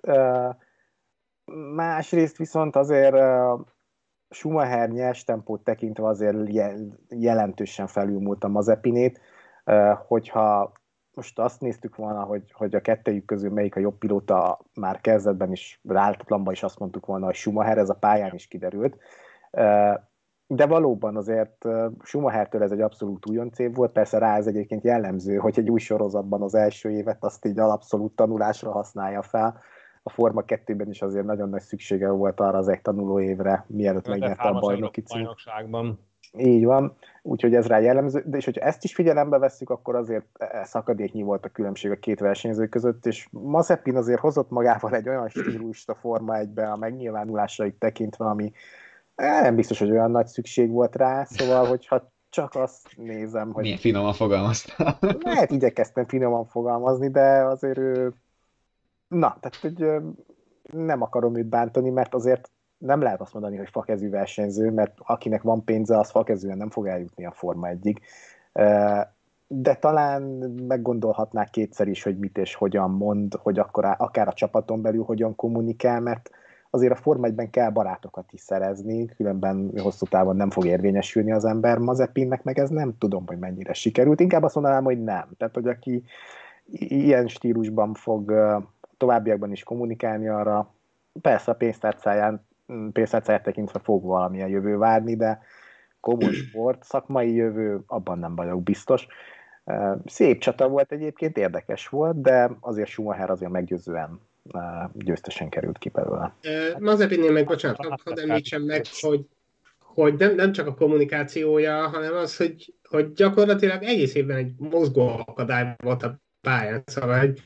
másrészt viszont azért Schumacher nyers tempót tekintve azért jelentősen felülmúlt a Mazepinét, hogyha most azt néztük volna, hogy, hogy a kettőjük közül melyik a jobb pilóta, már kezdetben is, rááltatlanban is azt mondtuk volna, hogy Schumacher, ez a pályán is kiderült. De valóban azért Schumachertől ez egy abszolút újonc év volt, persze rá ez egyébként jellemző, hogy egy új sorozatban az első évet azt így alapszolút tanulásra használja fel. A Forma kettőben is azért nagyon nagy szüksége volt arra az egy tanuló évre, mielőtt megnyerte a bajnoki címet. Így van, úgyhogy ez rá jellemző, de és hogyha ezt is figyelembe vesszük, akkor azért szakadéknyi volt a különbség a két versenyző között, és Mazepin azért hozott magával egy olyan stílust a Forma egybe a megnyilvánulásait tekintve, ami nem biztos, hogy olyan nagy szükség volt rá, szóval, hogyha csak azt nézem, hogy... Milyen finoman fogalmaztál. Lehet, igyekeztem finoman fogalmazni, de azért ő... Na, tehát hogy nem akarom őt bántani, mert azért nem lehet azt mondani, hogy fakezű versenyző, mert akinek van pénze, az fakezűen nem fog eljutni a Forma egyig. De talán meggondolhatnák kétszer is, hogy mit és hogyan mond, hogy akkor akár a csapaton belül hogyan kommunikál, mert azért a Forma egyben kell barátokat is szerezni, különben hosszú távon nem fog érvényesülni az ember. Mazepinnek meg ez nem tudom, hogy mennyire sikerült. Inkább azt mondanám, hogy nem. Tehát, hogy aki ilyen stílusban fog továbbiakban is kommunikálni, arra persze a pénztárcáján, pénztárcáját tekintve fog valamilyen jövő várni, de komoly sport, szakmai jövő, abban nem vagyok biztos. Szép csata volt egyébként, érdekes volt, de azért Schumacher azért meggyőzően győztesen került ki belőle. Mazepinnél meg, bocsánat, hadd említsem meg, hogy, hogy nem, nem csak a kommunikációja, hanem az, hogy, hogy gyakorlatilag egész évben egy mozgó akadály volt a pályán, szóval hogy,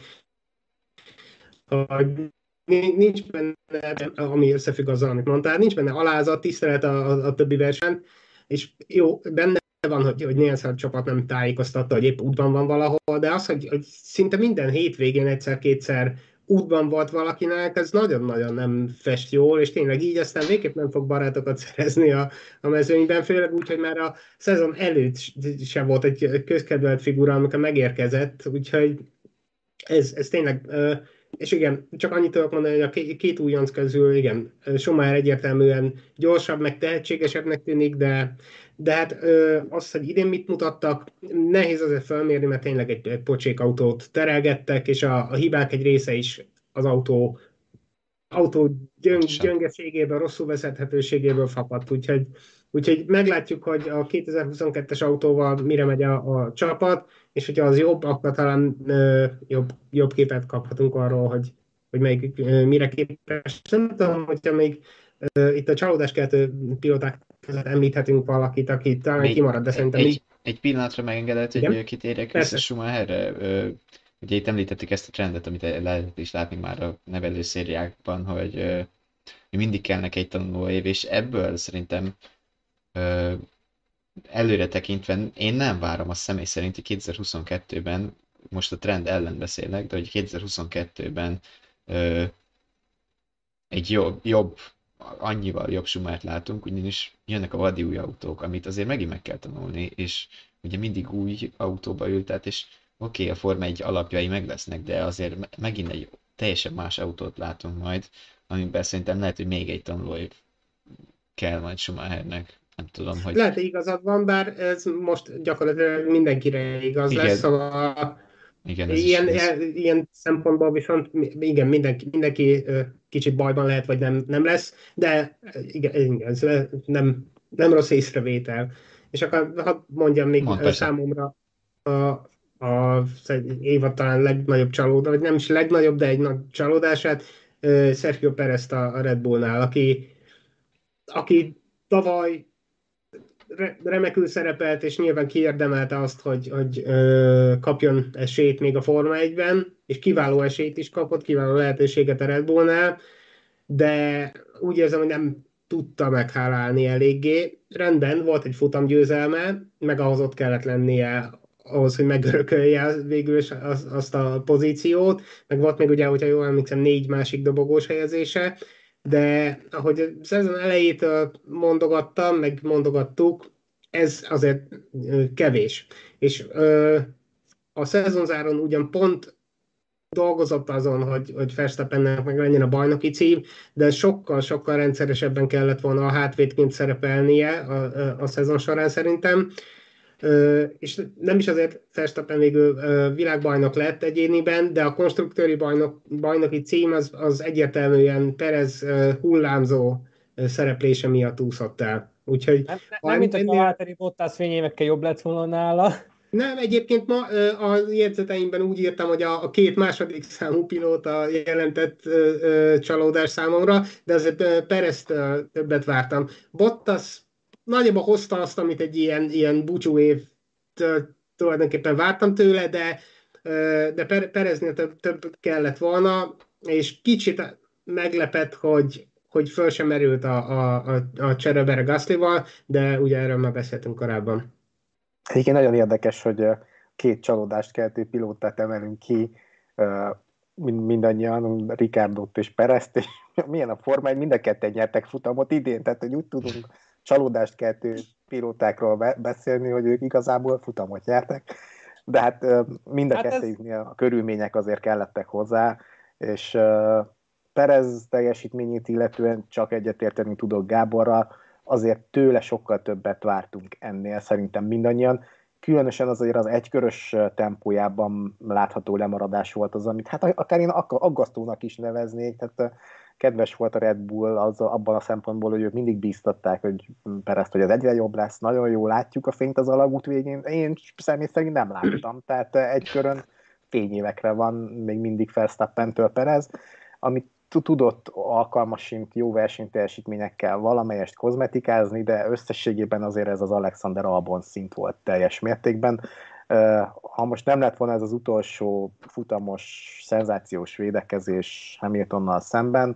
hogy nincs benne, ami összefügg azzal, amit mondtál, nincs benne alázat, tisztelet a, a, a többi versen, és jó, benne van, hogy, hogy néhány a csapat nem tájékoztatta, hogy épp útban van valahol, de az, hogy, hogy szinte minden hétvégén egyszer-kétszer útban volt valakinek, ez nagyon-nagyon nem fest jól, és tényleg így aztán végképp nem fog barátokat szerezni a, a mezőnyben, főleg úgy, hogy már a szezon előtt sem volt egy közkedvelt figura, amikor megérkezett, úgyhogy ez, ez tényleg, és igen, csak annyit tudok mondani, hogy a két újonc közül, igen, Schumacher egyértelműen gyorsabb, meg tehetségesebbnek tűnik, de, de hát azt, hogy idén mit mutattak, nehéz azért felmérni, mert tényleg egy, egy pocsék autót terelgettek, és a, a hibák egy része is az autó, autó gyöng, gyöngeségéből, rosszul vezethetőségéből fapadt, úgyhogy, úgyhogy meglátjuk, hogy a kétezer-huszonkettes autóval mire megy a, a csapat, és hogyha az jobb, akkor talán ö, jobb, jobb képet kaphatunk arról, hogy, hogy melyik ö, mire képes. Nem tudom, hogyha még ö, itt a csalódáskeltő pilóták között említhetünk valakit, aki talán még kimarad, de szerintem... Egy, egy pillanatra megengedett, hogy igen? Kitérjek vissza Schumacherre. Ugye itt említettük ezt a trendet, amit lehet is látni már a nevelő szériákban, hogy, ö, hogy mindig kellnek egy tanuló év, és ebből szerintem ö, előre tekintve én nem várom a személy szerint, hogy kétezer-huszonkettőben, most a trend ellen beszélek, de hogy kétezer-huszonkettőben ö, egy jobb, jobb, annyival jobb Schumachert látunk, ugyanis jönnek a vadi új autók, amit azért megint meg kell tanulni, és ugye mindig új autóba ült át, és oké, okay, a Forma egy alapjai meg lesznek, de azért megint egy teljesen más autót látunk majd, amiben szerintem lehet, hogy még egy tanulóév kell majd Schumachernek. Nem tudom, hogy... Lehet, hogy igazad van, bár ez most gyakorlatilag mindenkire igaz igen. lesz, szóval igen, ilyen, is, ez... ilyen szempontból viszont igen, mindenki, mindenki kicsit bajban lehet, vagy nem, nem lesz, de igen, ez nem, nem rossz észrevétel. És akkor hadd mondjam még Mond, számomra a, a évad talán legnagyobb csalódás, vagy nem is legnagyobb, de egy nagy csalódását, Sergio Perez a Red Bullnál, aki, aki tavaly remekül szerepelt, és nyilván kiérdemelte azt, hogy, hogy ö, kapjon esélyt még a Forma egyben, és kiváló esélyt is kapott, kiváló lehetőséget a Red Bullnál, de úgy érzem, hogy nem tudta meghálálni eléggé. Rendben, volt egy futamgyőzelme, meg ahhoz ott kellett lennie ahhoz, hogy megörökölje végül is az, azt a pozíciót, meg volt még ugye, hogyha jól emlékszem, négy másik dobogós helyezése, de ahogy a szezon elejétől mondogattam, meg mondogattuk, ez azért kevés. És ö, a szezonzáron ugyan pont dolgozott azon, hogy, hogy Verstappennek meg legyen a bajnoki cím, de sokkal-sokkal rendszeresebben kellett volna a hátvédként szerepelnie a, a, a szezon során szerintem. Ö, és nem is azért Verstappen végül ö, világbajnok lett egyéniben, de a konstruktőri bajnok, bajnoki cím az, az egyértelműen Perez ö, hullámzó ö, szereplése miatt úszott el. Úgyhogy nem, nem, nem mint hogy a Valtteri Bottas fényévekkel jobb lett volna nála. Nem, egyébként ma a jegyzeteimben úgy írtam, hogy a, a két második számú pilóta jelentett ö, ö, csalódás számomra, de azért Perezt többet vártam. Bottas nagyjából hozta azt, amit egy ilyen, ilyen búcsú év tulajdonképpen vártam tőle, de, ö, de Pereznél több, több kellett volna, és kicsit meglepett, hogy, hogy föl sem merült a, a, a, a cserebere Gaslyval, de ugye erről már beszéltünk korábban. Egyébként nagyon érdekes, hogy két csalódást keltő pilótát emelünk ki, mindannyian, Ricciardót és Perezt, és milyen a forma, mind a ketten nyertek futamot idén, tehát hogy úgy tudunk csalódást keltő pilótákról beszélni, hogy ők igazából futamot nyertek, de hát mind a hát kettőjüknél ez... a körülmények azért kellettek hozzá, és Perez teljesítményét illetően csak egyetérteni tudok Gáborral, azért tőle sokkal többet vártunk ennél, szerintem mindannyian. Különösen azért az egykörös tempójában látható lemaradás volt az, amit hát akár én aggasztónak is neveznék, tehát kedves volt a Red Bull az, abban a szempontból, hogy ők mindig bíztatták, hogy Perezt, hogy ez egyre jobb lesz, nagyon jó, látjuk a fényt az alagút végén. Én személy szerint nem láttam, tehát egy körön fényévekre van még mindig Verstappentől Perez, amit tudott alkalmasint jó versenyteljesítményekkel valamelyest kozmetikázni, de összességében azért ez az Alexander Albon szint volt teljes mértékben. Ha most nem lett volna ez az utolsó futamos, szenzációs védekezés Hamiltonnal szemben,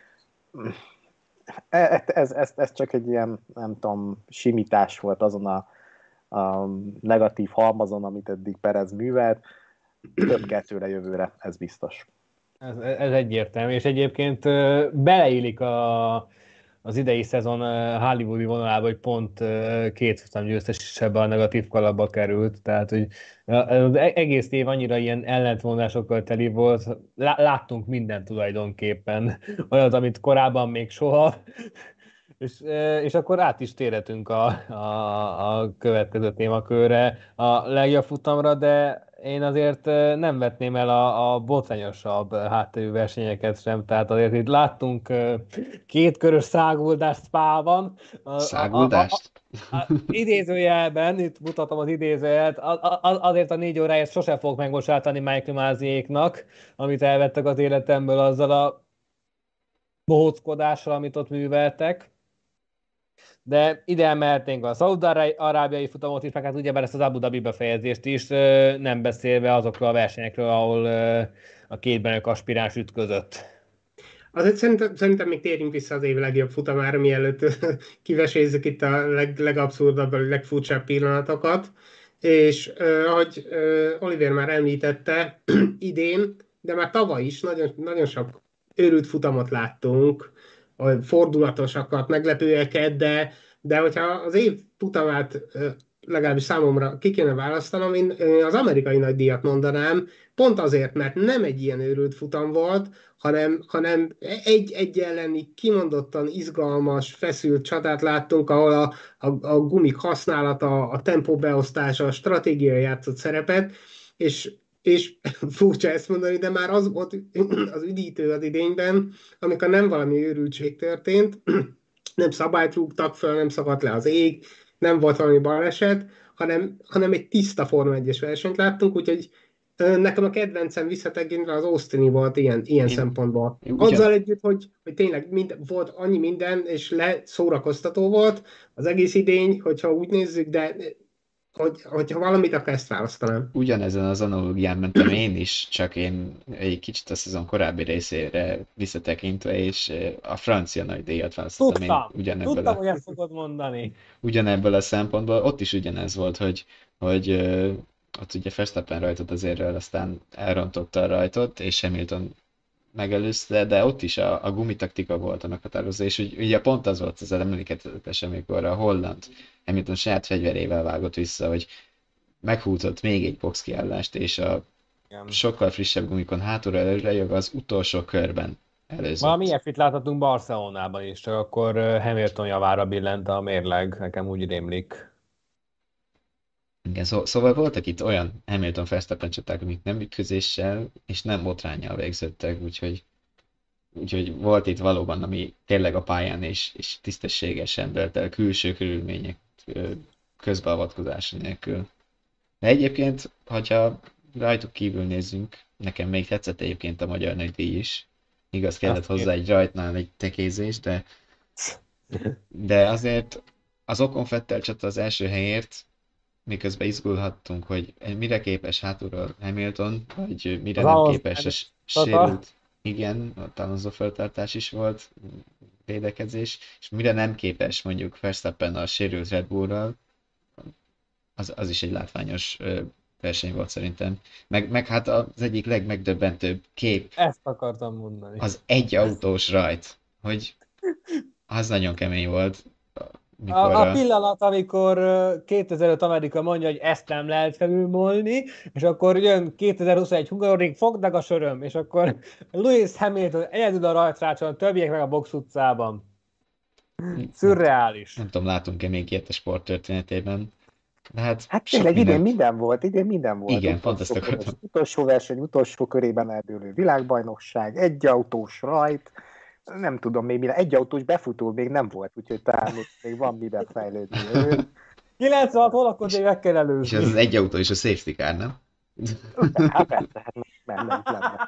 ez, ez, ez, ez csak egy ilyen, nem tudom, simítás volt azon a, a negatív halmazon, amit eddig Perez művelt. Több kell tőle jövőre, ez biztos. Ez, ez egyértelmű, és egyébként beleillik a, az idei szezon hollywoodi vonalába, hogy pont két futam győztes is ebbe a negatív kalapba került, tehát hogy az egész év annyira ilyen ellentmondásokkal teli volt, láttunk mindent tulajdonképpen, olyat, amit korábban még soha, és, és akkor át is térhetünk a, a, a következő témakörre, a legjobb futamra, de én azért nem vetném el a, a botrányosabb hátterű versenyeket sem, tehát azért itt láttunk két körös száguldást Spában. Száguldást? A, a, a, a, idézőjelben, itt mutatom az idézőjelet, azért a négy óráját sosem fogok megbocsátani Michael Masiéknak, amit elvettek az életemből azzal a bohóckodással, amit ott műveltek. De ide emelténk a szaúd-arábiai futamot is, meg hát ugyebár ezt az Abu Dhabi befejezést is, nem beszélve azokról a versenyekről, ahol a két bennük aspiráns ütközött. Azért szerintem, szerintem még térjünk vissza az év legjobb futamára, mielőtt kivesézzük itt a leg, legabszurdabb, a legfurcsább pillanatokat. És eh, ahogy eh, Oliver már említette, idén, de már tavaly is nagyon, nagyon sok őrült futamot láttunk, fordulatosakat, meglepőeket, de, de hogyha az év futamát legalábbis számomra ki kéne választanom, én az amerikai nagydíjat mondanám, pont azért, mert nem egy ilyen őrült futam volt, hanem, hanem egy, egy elleni kimondottan izgalmas, feszült csatát láttunk, ahol a, a, a gumik használata, a tempóbeosztása, a stratégia játszott szerepet, és és furcsa ezt mondani, de már az volt az üdítő az idényben, amikor nem valami őrültség történt, nem szabályt rúgtak föl, nem szakadt le az ég, nem volt valami baleset, hanem, hanem egy tiszta Forma egyes versenyt láttunk, úgyhogy nekem a kedvencem visszatekintve az Austini volt ilyen, ilyen szempontból. Azzal együtt, hogy, hogy tényleg mind, volt annyi minden, és le szórakoztató volt az egész idény, hogyha úgy nézzük, de hogy, hogyha valamit, akkor ezt választanám. Ugyanezen az analógián mentem én is, csak én egy kicsit a szezon korábbi részére visszatekintve, és a francia nagydíjat választottam én Tudtam, ugyanebből tudtam, a, hogy ezt fogod mondani. ugyanebből a szempontból. Ott is ugyanez volt, hogy, hogy ö, ott ugye Verstappen rajtot az érről, aztán elrontotta a rajtot, és Hamilton megelőzte, de ott is a, a gumitaktika volt a meghatározó, és úgy, ugye pont az volt az emlékezetes, amikor a holland Hamilton saját fegyverével vágott vissza, hogy meghúzott még egy box kiállást, és a Igen. sokkal frissebb gumikon hátulra előre jövő az utolsó körben előzött. Valami ilyet láthatunk Barcelonában is, csak akkor Hamilton javára billent a mérleg, nekem úgy rémlik. Igen, szó, szóval voltak itt olyan Hamilton Verstappen csaták, amik nem ütközéssel és nem botránnyal végződtek, úgyhogy, úgyhogy volt itt valóban, ami tényleg a pályán és, és tisztességesen dölt el külső körülmények ö, közbeavatkozása nélkül. De egyébként, hogyha rajtuk kívül nézzünk, nekem még tetszett egyébként a magyar nagydíj is. Igaz, kellett Azt hozzá egy rajtnál egy tekézés, de, de azért az Ocon Vettel csata az első helyért, miközben izgulhattunk, hogy mire képes hátulról Hamilton, vagy mire Az nem ahhoz képes a s- csata. sérült. Igen, ott Alonso feltartás is volt, védekezés, és mire nem képes mondjuk Verstappen a sérült Red Bullral, az, az is egy látványos ö, verseny volt szerintem. Meg, meg hát az egyik legmegdöbbentőbb kép Ezt akartam mondani. az egy autós rajt, hogy az nagyon kemény volt, mikor A, a a, pillanat, amikor ö, kétezer-öt Amerika mondja, hogy ezt nem lehet felülmúlni, és akkor jön kétezer-huszonegy Hungaroring, fogd meg a söröm, és akkor Lewis Hamilton egyedül a rajtrácson, többiek meg a box utcában. Szürreális. nem tudom, látunk-e még ilyet a sport történetében, de hát, Hát sok tényleg idén mindent- minden volt, idén minden volt. Igen, pont Utolsó ezt akartam. körös- Utolsó verseny, utolsó körében eldőlő világbajnokság, egy autós rajt, nem tudom még mire, egy autós befutó még nem volt, úgyhogy talán még, még van miben fejlődni. kilencvenhat hónapot évekkel És előzni. ez az egy autó és a safety car, nem? Hát persze, hát nem, nem, nem, nem.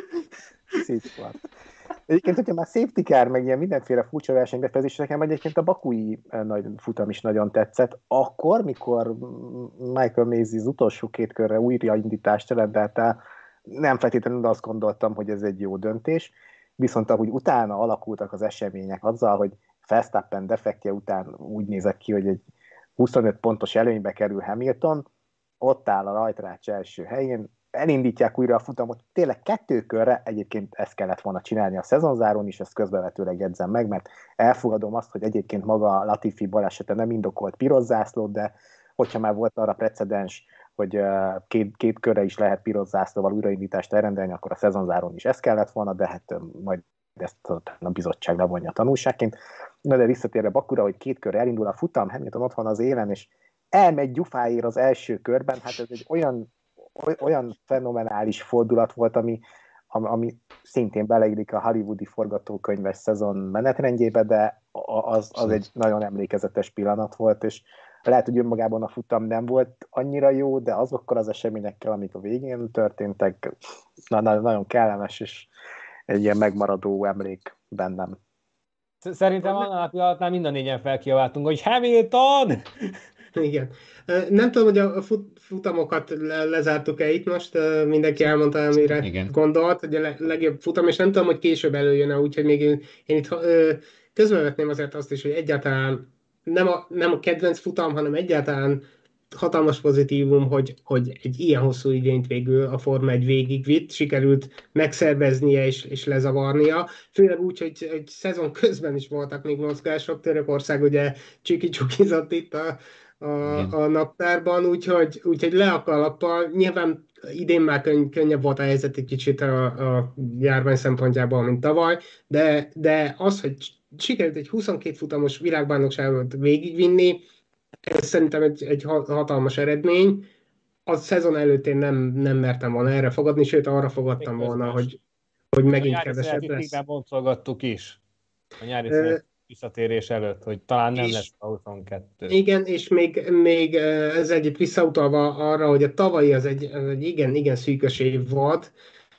Szép van. Egyébként, hogyha már safety car, meg ilyen mindenféle furcsa versenybefejezés, nekem egyébként a bakui eh, nagy futam is nagyon tetszett. Akkor, mikor Michael Maisie az utolsó két körre újraindítást rendelte, nem feltétlenül azt gondoltam, hogy ez egy jó döntés, viszont ahogy utána alakultak az események azzal, hogy Verstappen defektje után úgy nézett ki, hogy egy huszonöt pontos előnybe kerül Hamilton, ott áll a rajtrács első helyén, elindítják újra a futamot, tényleg kettő körre, egyébként ezt kellett volna csinálni a szezonzárón is, ezt közbevetőleg jegyzem meg, mert elfogadom azt, hogy egyébként maga Latifi balesete nem indokolt piros zászlót, de hogyha már volt arra precedens, hogy két, két körre is lehet piros zászlóval újraindítást elrendelni, akkor a szezonzárón is ez kellett volna, de hát majd ezt a bizottság levonja a tanulságként. Na de visszatérve Bakura, hogy két körre elindul a futam, Hamilton ott van az élen, és elmegy gyufáért az első körben, hát ez egy olyan olyan fenomenális fordulat volt, ami, ami szintén beleillik a hollywoodi forgatókönyves szezon menetrendjébe, de az, az egy nagyon emlékezetes pillanat volt, és lehet, hogy önmagában a futam nem volt annyira jó, de azokkal az eseményekkel, amik a végén történtek, na, na, nagyon kellemes, és egy ilyen megmaradó emlék bennem. Szerintem annál a pillanatnál mind a négyen felkiabáltunk, hogy Hamilton! Igen. Nem tudom, hogy a fut, futamokat le, lezártuk-e itt most, mindenki elmondta, amire Igen. gondolt, hogy a le, legjobb futam, és nem tudom, hogy később előjön-e, úgyhogy még én, én itt ö, közbevetném azért azt is, hogy egyáltalán nem a, nem a kedvenc futam, hanem egyáltalán hatalmas pozitívum, hogy, hogy egy ilyen hosszú igényt végül a Forma egy végigvitt, sikerült megszerveznie és, és lezavarnia, főleg úgy, hogy, hogy szezon közben is voltak még mozgások, Törökország ugye csiki-csukizott itt a A, a naptárban, úgyhogy, úgyhogy le a kalappal. Nyilván idén már könny, könnyebb volt a helyzet egy kicsit a, a járvány szempontjából, mint tavaly, de, de az, hogy sikerült egy huszonkét futamos világbajnokságot végigvinni, ez szerintem egy, egy hatalmas eredmény. A szezon előtt én nem, nem mertem volna erre fogadni, sőt arra fogadtam Még volna, közben. hogy, hogy megint A nyári kevesebb szünetig lesz. még boncolgattuk is. A nyári Ö, szünet visszatérés előtt, hogy talán nem és- lesz a huszonkettő. Igen, és még, még ez együtt visszautalva arra, hogy a tavalyi az egy, az egy igen, igen szűkös év volt,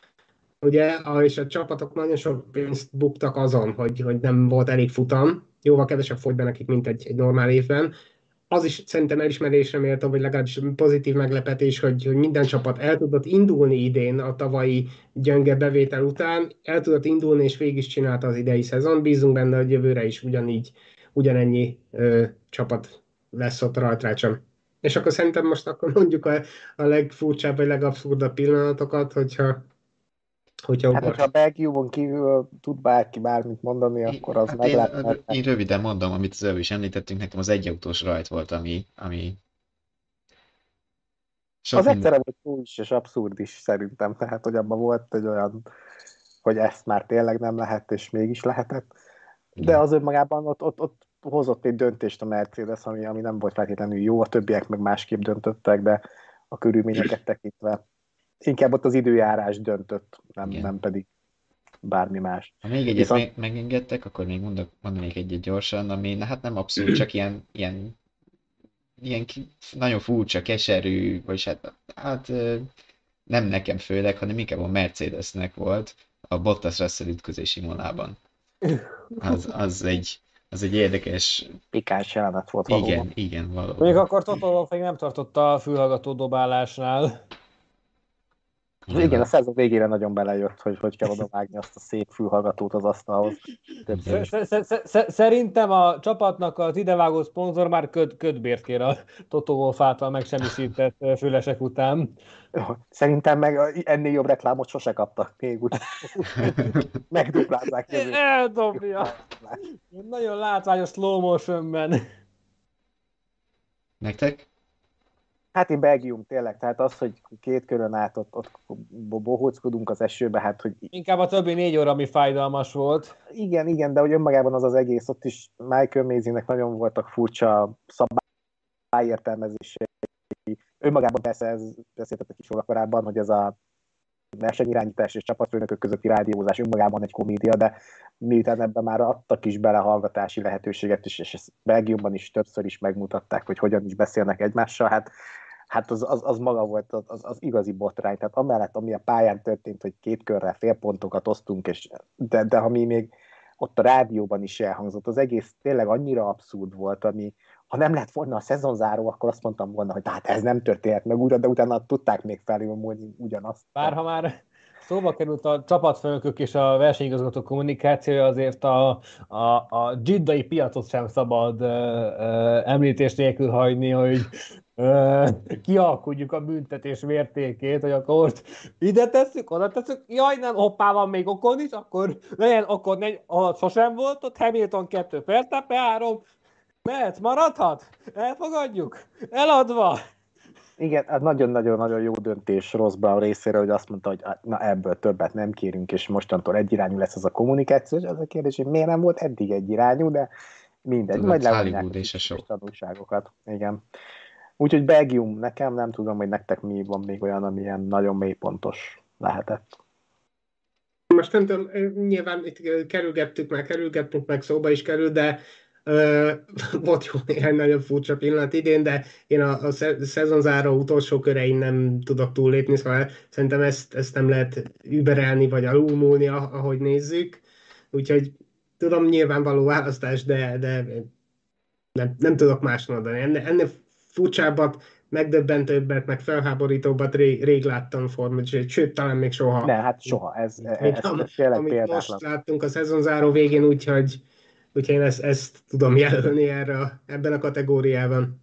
ugye, és a csapatok nagyon sok pénzt buktak azon, hogy, hogy nem volt elég futam, jóval kevesebb fogy be nekik, mint egy, egy normál évben. az is szerintem elismerésre méltó, vagy legalábbis pozitív meglepetés, hogy, hogy minden csapat el tudott indulni idén a tavalyi gyönge bevétel után, el tudott indulni, és végig is csinálta az idei szezon. Bízunk benne, hogy jövőre is ugyanígy, ugyanennyi ö, csapat lesz ott rajtrácson. És akkor szerintem most akkor mondjuk a, a legfurcsább, vagy legabszurdabb pillanatokat, hogyha hogyha Hát, hogyha a Belgiumon kívül tud bárki bármit mondani, akkor az hát meglátni. én, én röviden mondom, amit az előbb is említettünk, nekem az egyautós rajt volt, ami, ami az minden... egyszerre volt jó is, és abszurd is szerintem, tehát, hogy abban volt egy olyan, hogy ezt már tényleg nem lehet, és mégis lehetett. De az önmagában ott, ott, ott hozott egy döntést a Mercedes, ami, ami nem volt feltétlenül jó, a többiek meg másképp döntöttek, de a körülményeket tekintve inkább ott az időjárás döntött, nem, nem pedig bármi más. Ha még egyet Viszont... megengedtek, akkor még mondok, mondanék egyet gyorsan, ami hát nem abszolút, csak ilyen, ilyen, ilyen nagyon furcsa, keserű, vagy hát, hát nem nekem főleg, hanem inkább a Mercedesnek volt a Bottas-Russell ütközés Imolában. Az, az, egy, az egy érdekes... Pikáns jelenet volt valóban. Igen, igen, valóban. Még akkor Toto Wolff még nem tartotta a fülhallgató dobálásnál. Igen, igen, a szezon végére nagyon belejött, hogy hogy kell odavágni azt a szép fülhallgatót az asztalhoz. Szerintem a csapatnak az idevágó szponzor már köd, ködbért kér a Toto Wolff által megsemmisített fülesek után. Szerintem meg ennél jobb reklámot sose kaptak még úgy. Megduplázzák jövőt. Eldobja. Nagyon látványos slow motionben. Nektek? Hát én Belgium tényleg, tehát az, hogy két körön át ott, ott bohóckodunk az esőbe, hát hogy... Inkább a többi négy óra, ami fájdalmas volt. Igen, igen, de hogy önmagában az az egész, ott is Michael Maisie-nek nagyon voltak furcsa szabályértelmezései. Önmagában persze ez beszéltetek is róla korábban, hogy ez a versenyirányítás és csapatfőnökök közötti rádiózás önmagában egy komédia, de miután ebben már adtak is bele hallgatási lehetőséget is, és ezt Belgiumban is többször is megmutatták, hogy hogyan is beszélnek egymással, hát, hát az, az, az maga volt az, az, az igazi botrány. Tehát amellett, ami a pályán történt, hogy két körrel félpontokat osztunk, és, de, de ha mi még ott a rádióban is elhangzott, az egész tényleg annyira abszurd volt, ami ha nem lett volna a szezonzáró, akkor azt mondtam volna, hogy hát ez nem történhet meg újra, de utána tudták még felülmúlni ugyanazt. Bár ha már szóba került a csapatfőnökök és a versenyigazgató kommunikációja, azért a, a, a dzsiddai piacot sem szabad ö, ö, említés nélkül hagyni, hogy ö, kialkudjuk a büntetés mértékét, hogy akkor most ide tesszük, oda tesszük, jaj nem, hoppá, van még Okon is, akkor legyen Okon, negy, alatt sosem volt, ott Hamilton kettő, Verstappen három, mehet, maradhat, elfogadjuk, eladva. Igen, ez nagyon-nagyon-nagyon jó döntés Ross Brown részéről, hogy azt mondta, hogy na ebből többet nem kérünk, és mostantól egyirányú lesz az a kommunikáció, és az a kérdés, hogy miért nem volt eddig egyirányú, de mindegy, tudod, majd levonják a tanulságokat. Igen. Úgyhogy Belgium, nekem nem tudom, hogy nektek mi van még olyan, ami ilyen nagyon mélypontos lehetett. Most nem tudom, nyilván itt kerülgettük meg, kerülgettünk meg, szóba is kerül, de Uh, volt jó néhány nagyon furcsa pillanat idén, de én a, a szezonzáró utolsó körein nem tudok túllépni, szóval szerintem ezt, ezt nem lehet überelni, vagy alulmúlni, ahogy nézzük. Úgyhogy tudom, nyilvánvaló választás, de, de nem, nem tudok más mondani. Ennél, ennél furcsábbat, megdöbbentőbbet, meg felháborítóbbat rég, rég láttam formát, sőt, talán még soha. Ne, hát soha. Ez, ez, ez, ez tényleg amit példátlan. Most láttunk a szezonzáró végén, úgyhogy Úgyhogy én ezt, ezt tudom jelölni erre, ebben a kategóriában.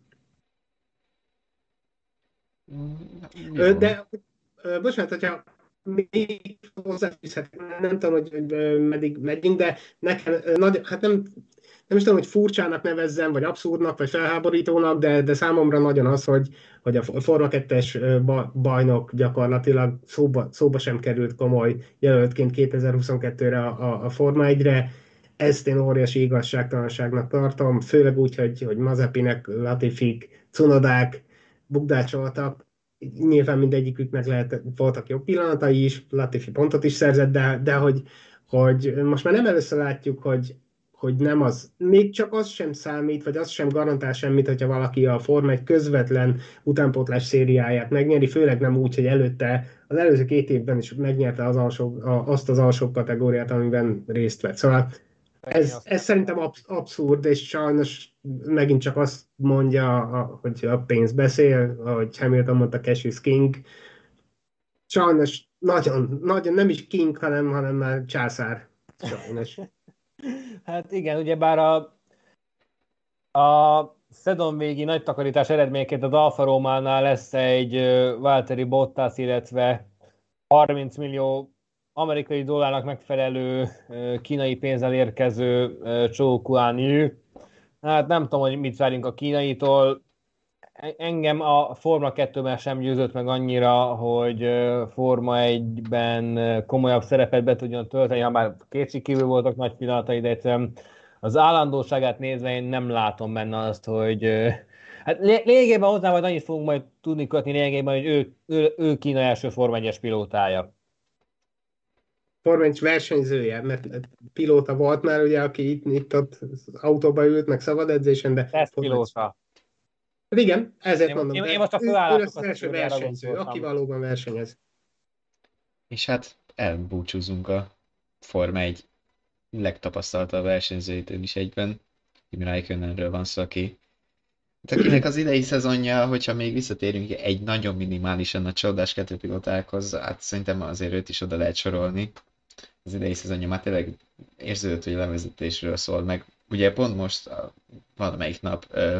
Jó. De bocsánat, hogyha még hozzáfűzhetek, nem tudom, hogy, hogy meddig megyünk, de nekem nagy, hát nem, nem is tudom, hogy furcsának nevezzem, vagy abszurdnak, vagy felháborítónak, de, de számomra nagyon az, hogy, hogy a Forma kettes bajnok gyakorlatilag szóba, szóba sem került komoly jelöltként kétezer-huszonkettőre a, a, a Forma egyre. Ezt én óriási igazságtalanságnak tartom, főleg úgy, hogy, hogy Mazepinek, Latifik, Cunodák bukdácsoltak. Nyilván mindegyiküknek lehet, voltak jó pillanatai is, Latifi pontot is szerzett, de, de hogy, hogy most már nem először látjuk, hogy, hogy nem az, még csak az sem számít, vagy az sem garantál semmit, hogyha valaki a Forma egy közvetlen utánpótlás szériáját megnyeri, főleg nem úgy, hogy előtte az előző két évben is megnyerte az alsó, azt az alsó kategóriát, amiben részt vett. Szóval Ez, ez szerintem absz- abszurd, és sajnos megint csak azt mondja, a- hogy a pénz beszél, ahogy Hamilton mondta, cash is king. Sajnos nagyon, nagyon nem is king, hanem, hanem már császár. Sajnos. Hát igen, ugyebár a, a szezon végi nagy takarítás eredményeként az Alfa Románál lesz egy ö, Valtteri Bottas, illetve harminc millió amerikai dollárnak megfelelő ö, kínai pénzzel érkező ö, Zhou Guanyu. Hát nem tudom, hogy mit várjunk a kínaitól. Engem a Forma kettőben sem győzött meg annyira, hogy ö, Forma egyben ö, komolyabb szerepet be tudjon tölteni, ha már kétségkívül voltak nagy pillanatai, de egyszerűen az állandóságát nézve én nem látom benne azt, hogy ö, hát lé- lényegében hozzá majd annyit fogunk majd tudni kötni lényegében, hogy ő, ő, ő Kína első Forma egyes pilótája. Forma egy versenyzője, mert pilóta volt már, ugye, aki itt, itt ott az autóba ült, meg szabad edzésen, de... Tesztpilóta. Hát igen, ezért Én, mondom, én, de én most a ő, ő lesz főállásokat az első főre versenyző, gondoltam. aki valóban versenyez. És hát elbúcsúzunk a Forma egy legtapasztaltabb versenyzőjétől is egyben. Kimi Räikkönenről van szó, aki hát akinek az idei szezonja, hogyha még visszatérünk egy nagyon minimálisan a csodás kettőpilótákhoz, hát szerintem azért őt is oda lehet sorolni. Az idei szezonja már tényleg érződött, hogy levezetésről szól, meg ugye pont most a, valamelyik nap ö,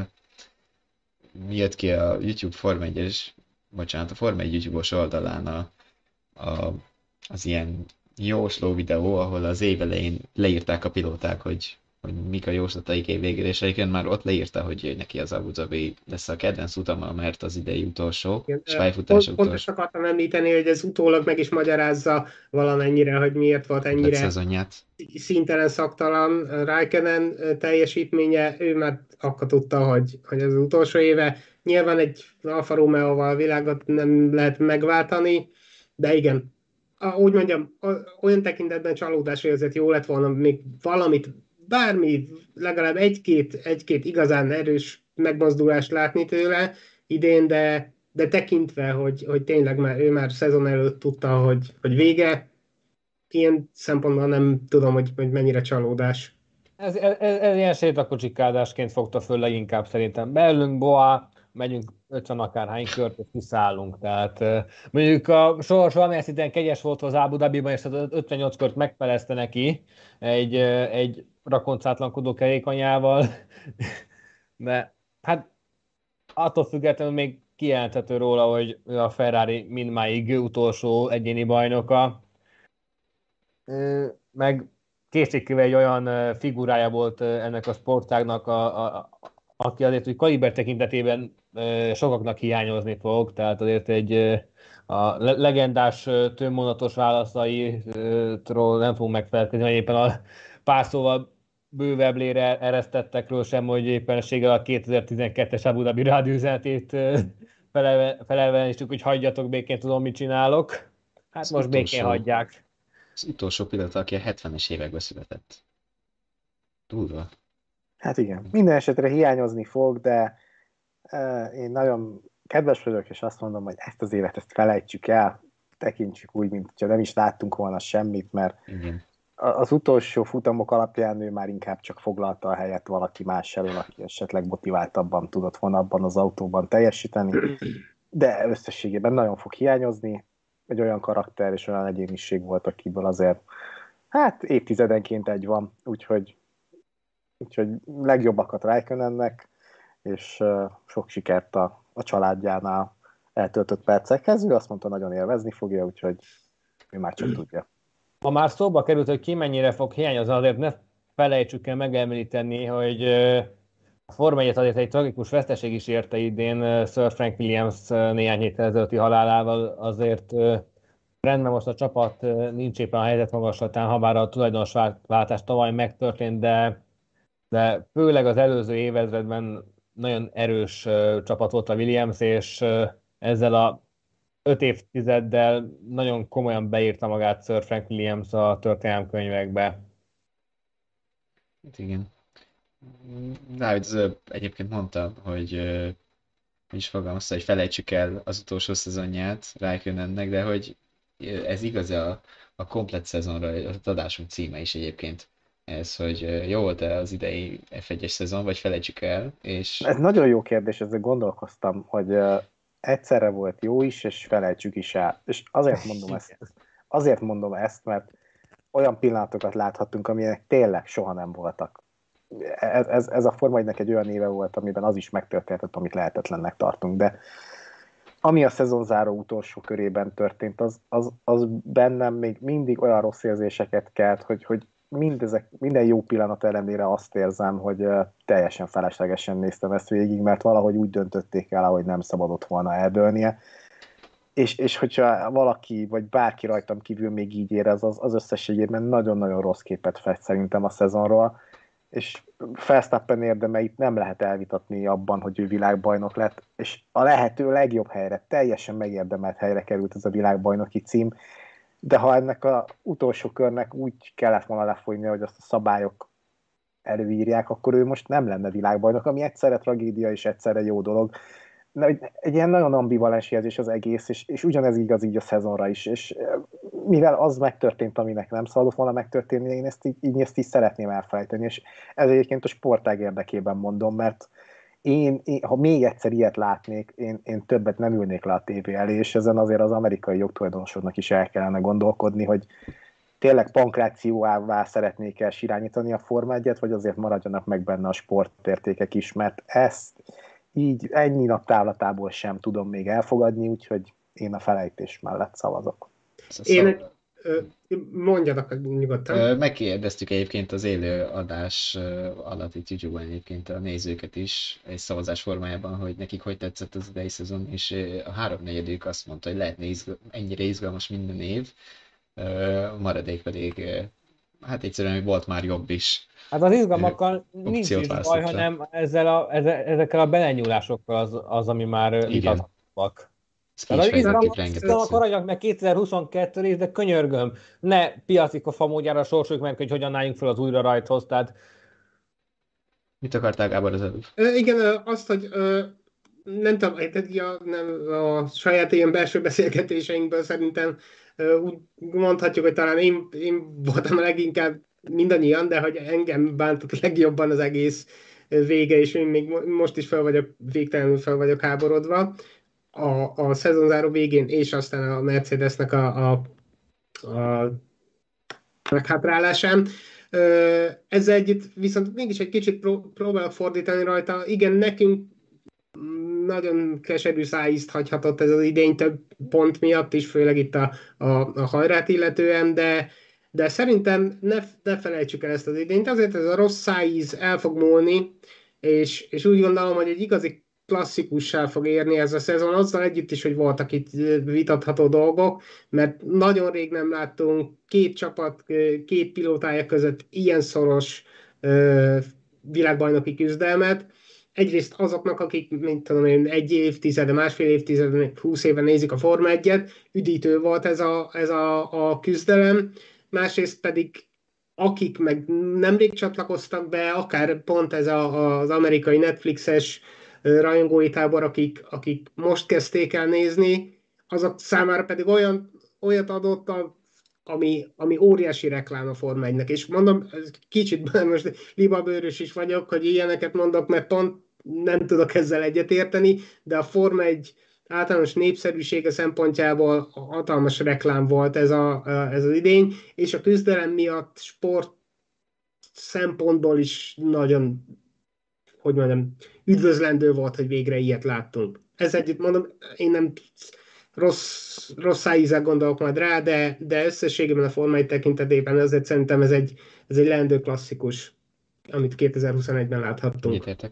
jött ki a YouTube Forma egyes, bocsánat, a Forma egy YouTube-os oldalán a, a, az ilyen jósló videó, ahol az év elején leírták a pilóták, hogy, hogy mik a jóslataik év végére, és egyébként már ott leírta, hogy neki az Abu Dhabi lesz a kedvenc utama, mert az idei utolsó, Igen, és pont, pályafutások pont utolsó ezt akartam említeni, hogy ez utólag meg is magyarázza valamennyire, hogy miért volt komplet ennyire szezonját. szintelen, szaktalan Räikkönen teljesítménye. Ő már akkor tudta, hogy, hogy ez az utolsó éve. Nyilván egy Alfa Romeo-val a világot nem lehet megváltani, de igen, a- úgy mondjam, o- olyan tekintetben csalódás érzet jó lett volna még valamit, bármi, legalább egy-két, egy-két igazán erős megmozdulást látni tőle idén, de, de tekintve, hogy, hogy tényleg már, ő már szezon előtt tudta, hogy, hogy vége, ilyen szempontból nem tudom, hogy, hogy mennyire csalódás. Ez, ez, ez ilyen sétakocsikádásként fogta föl leginkább szerintem. Beülünk, boá, megyünk ötven akárhány kört, és kiszállunk. Tehát eh, mondjuk a sors valamilyen szinten kegyes volt az Abu Dhabiban, és az ötvennyolc kört megfelezte neki egy, eh, egy rakoncátlankodó kerékanyával. De hát attól függetlenül még kijelenthető róla, hogy ő a Ferrari mindmáig utolsó egyéni bajnoka. Ö, meg kétségkívül egy olyan ö, figurája volt ö, ennek a sportágnak, a, a, aki azért, hogy kaliber tekintetében ö, sokaknak hiányozni fog, tehát azért egy ö, a le- legendás ö, többmondatos válaszaitról nem fogunk megfelelkezni, hogy éppen a pár szóval bővebb lére eresztettekről sem, hogy éppenséggel a kétezer-tizenkettes Abu Dhabi rádióüzenetét ö, felelve, felelve is csak, hogy hagyjatok békén, tudom, mit csinálok. Hát Az most békén utolsó. hagyják. Az utolsó pillanat, aki a hetvenes években született. Durva. Hát igen, minden esetre hiányozni fog, de uh, én nagyon kedves vagyok, és azt mondom, hogy ezt az évet ezt felejtsük el, tekintsük úgy, mint hogyha nem is láttunk volna semmit, mert Igen. az utolsó futamok alapján ő már inkább csak foglalta a helyet valaki más elől, aki esetleg motiváltabban tudott volna abban az autóban teljesíteni, de összességében nagyon fog hiányozni, egy olyan karakter és olyan egyéniség volt, akiből azért hát évtizedenként egy van, úgyhogy, úgyhogy legjobbakat Räikkönennek, és uh, sok sikert a, a családjánál eltöltött percekhez. Ő azt mondta, nagyon élvezni fogja, úgyhogy ő már csak tudja. Ha már szóba került, hogy ki mennyire fog hiányozni, azért ne felejtsük el megemlíteni, hogy ö, a Forma egyet azért egy tragikus veszteség is érte idén ö, Sir Frank Williams ö, néhány héttel ezelőtti halálával, azért ö, rendben most a csapat ö, nincs éppen a helyzet magaslatán, ha bár a tulajdonosváltás tavaly megtörtént, de, de főleg az előző évezredben nagyon erős ö, csapat volt a Williams, és ö, ezzel a öt évtizeddel nagyon komolyan beírta magát Sir Frank Williams a történelemkönyvekbe. Hát igen. Dávid Zöld egyébként mondta, hogy ö, is fogalmazta, hogy felejtsük el az utolsó szezonját Räikkönennek, de hogy ez igaz a, a komplet szezonra, az adásunk címe is egyébként. ez, hogy jó volt-e az idei ef egyes szezon, vagy felejtsük el, és... Ez nagyon jó kérdés, ezzel gondolkoztam, hogy uh, egyszerre volt jó is, és felejtsük is el. És azért mondom ezt, azért mondom ezt, mert olyan pillanatokat láthattunk, amilyenek tényleg soha nem voltak. Ez, ez, ez a Forma egynek egy olyan éve volt, amiben az is megtörténhetett, amit lehetetlennek tartunk, de ami a szezonzáró utolsó körében történt, az, az, az bennem még mindig olyan rossz érzéseket kelt, hogy, hogy mindezek, minden jó pillanat ellenére azt érzem, hogy uh, teljesen feleslegesen néztem ezt végig, mert valahogy úgy döntötték el, ahogy nem szabadott volna eldőlnie. És, és hogyha valaki, vagy bárki rajtam kívül még így érez, az, az összességében nagyon-nagyon rossz képet fest szerintem a szezonról, és Verstappen érdemeit nem lehet elvitatni abban, hogy ő világbajnok lett, és a lehető legjobb helyre, teljesen megérdemelt helyre került ez a világbajnoki cím, de ha ennek az utolsó körnek úgy kellett volna lefolyni, hogy azt a szabályok előírják, akkor ő most nem lenne világbajnok, ami egyszerre tragédia és egyszerre jó dolog. Egy ilyen nagyon ambivalens érzés az egész, és, és ugyanez igaz így a szezonra is, és mivel az megtörtént, aminek nem szabadott volna megtörténni, én ezt így, így, ezt így szeretném elfelejteni, és ez egyébként a sportág érdekében mondom, mert én, én ha még egyszer ilyet látnék, én, én többet nem ülnék le a tévé elé, és ezen azért az amerikai jogtulajdonosoknak is el kellene gondolkodni, hogy tényleg pankrációává szeretnék el irányítani a Forma egyet, vagy azért maradjanak meg benne a sportértékek is, mert ezt így ennyi nap távlatából sem tudom még elfogadni, úgyhogy én a felejtés mellett szavazok. Én, mondjanak nyugodtan. Megkérdeztük egyébként az élő adás alatt itt YouTube-on egyébként a nézőket is, egy szavazás formájában, hogy nekik hogy tetszett az idei szezon, és a háromnegyedük azt mondta, hogy lehetne izgal- ennyire izgalmas minden év, a maradék pedig, hát egyszerűen volt már jobb is. Hát az izgalmakkal nincs is baj, hanem ezzel a, ezekkel a belenyúlásokkal az, az ami már vitathatóak. Az izgalmak maradjak meg kétezer-huszonkettőre is, de könyörgöm, ne piaci kofa módjára sorsoljuk meg, hogy hogyan álljunk fel az újra rajthoz. Tehát... Mit akartál, Gábor, az előbb? Igen, azt, hogy nem tudom, a, nem, a saját ilyen belső beszélgetéseinkből szerintem úgy mondhatjuk, hogy talán én, én voltam a leginkább mindannyian, de hogy engem bántott legjobban az egész vége, és én még most is fel vagyok, végtelenül fel vagyok háborodva a, a szezonzáró végén, és aztán a Mercedesnek a, a, a meghátrálásán. Ezzel együtt viszont mégis egy kicsit pró- próbálok fordítani rajta. Igen, nekünk nagyon keserű szájízt hagyhatott ez az idény több pont miatt is, főleg itt a, a, a hajrát illetően, de, de szerintem ne, ne felejtsük el ezt az idényt. Azért ez a rossz szájíz el fog múlni, és, és úgy gondolom, hogy egy igazi klasszikussá fog érni ez a szezon, azzal együtt is, hogy voltak itt vitatható dolgok, mert nagyon rég nem láttunk két csapat, két pilótája között ilyen szoros uh, világbajnoki küzdelmet. Egyrészt azoknak, akik, mint tudom én, egy évtizede, másfél évtizede, húsz éve nézik a Forma egyet, üdítő volt ez a, ez a, a küzdelem, másrészt pedig akik meg nemrég csatlakoztak be, akár pont ez a, az amerikai Netflixes rajongói tábor, akik, akik most kezdték el nézni, azok számára pedig olyan, olyat adott, a, ami, ami óriási reklám a Forma egynek. És mondom, kicsit most libabőrös is vagyok, hogy ilyeneket mondok, mert pont nem tudok ezzel egyetérteni, de a Forma egy általános népszerűsége szempontjából hatalmas reklám volt ez, a, ez az idény, és a küzdelem miatt sport szempontból is nagyon, hogy mondjam, üdvözlendő volt, hogy végre ilyet láttunk. Ez együtt mondom, én nem rossz, rossz szájízzel gondolok majd rá, de, de összességében a Forma egy tekintetében azért szerintem ez egy, ez egy leendő klasszikus, amit kétezer-huszonegyben láthattunk. Egyetértek.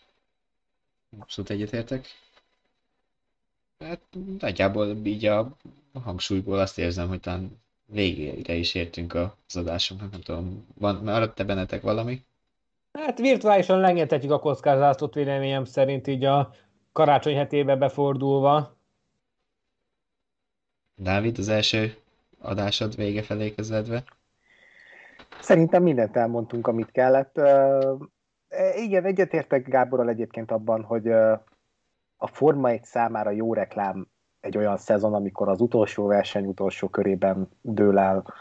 Abszolút egyetértek. Hát nagyjából így a hangsúlyból azt érzem, hogy talán végére is értünk az adásunknak, nem tudom, van, maradt-e bennetek valami? Hát virtuálisan lengetetjük a kockázatot véleményem szerint így a karácsony hetébe befordulva. Dávid, az első adásod vége felé közeledve? Szerintem mindent elmondtunk, amit kellett. Uh, igen, egyetértek Gáborral egyébként abban, hogy uh, a Forma egy számára jó reklám egy olyan szezon, amikor az utolsó verseny utolsó körében dől el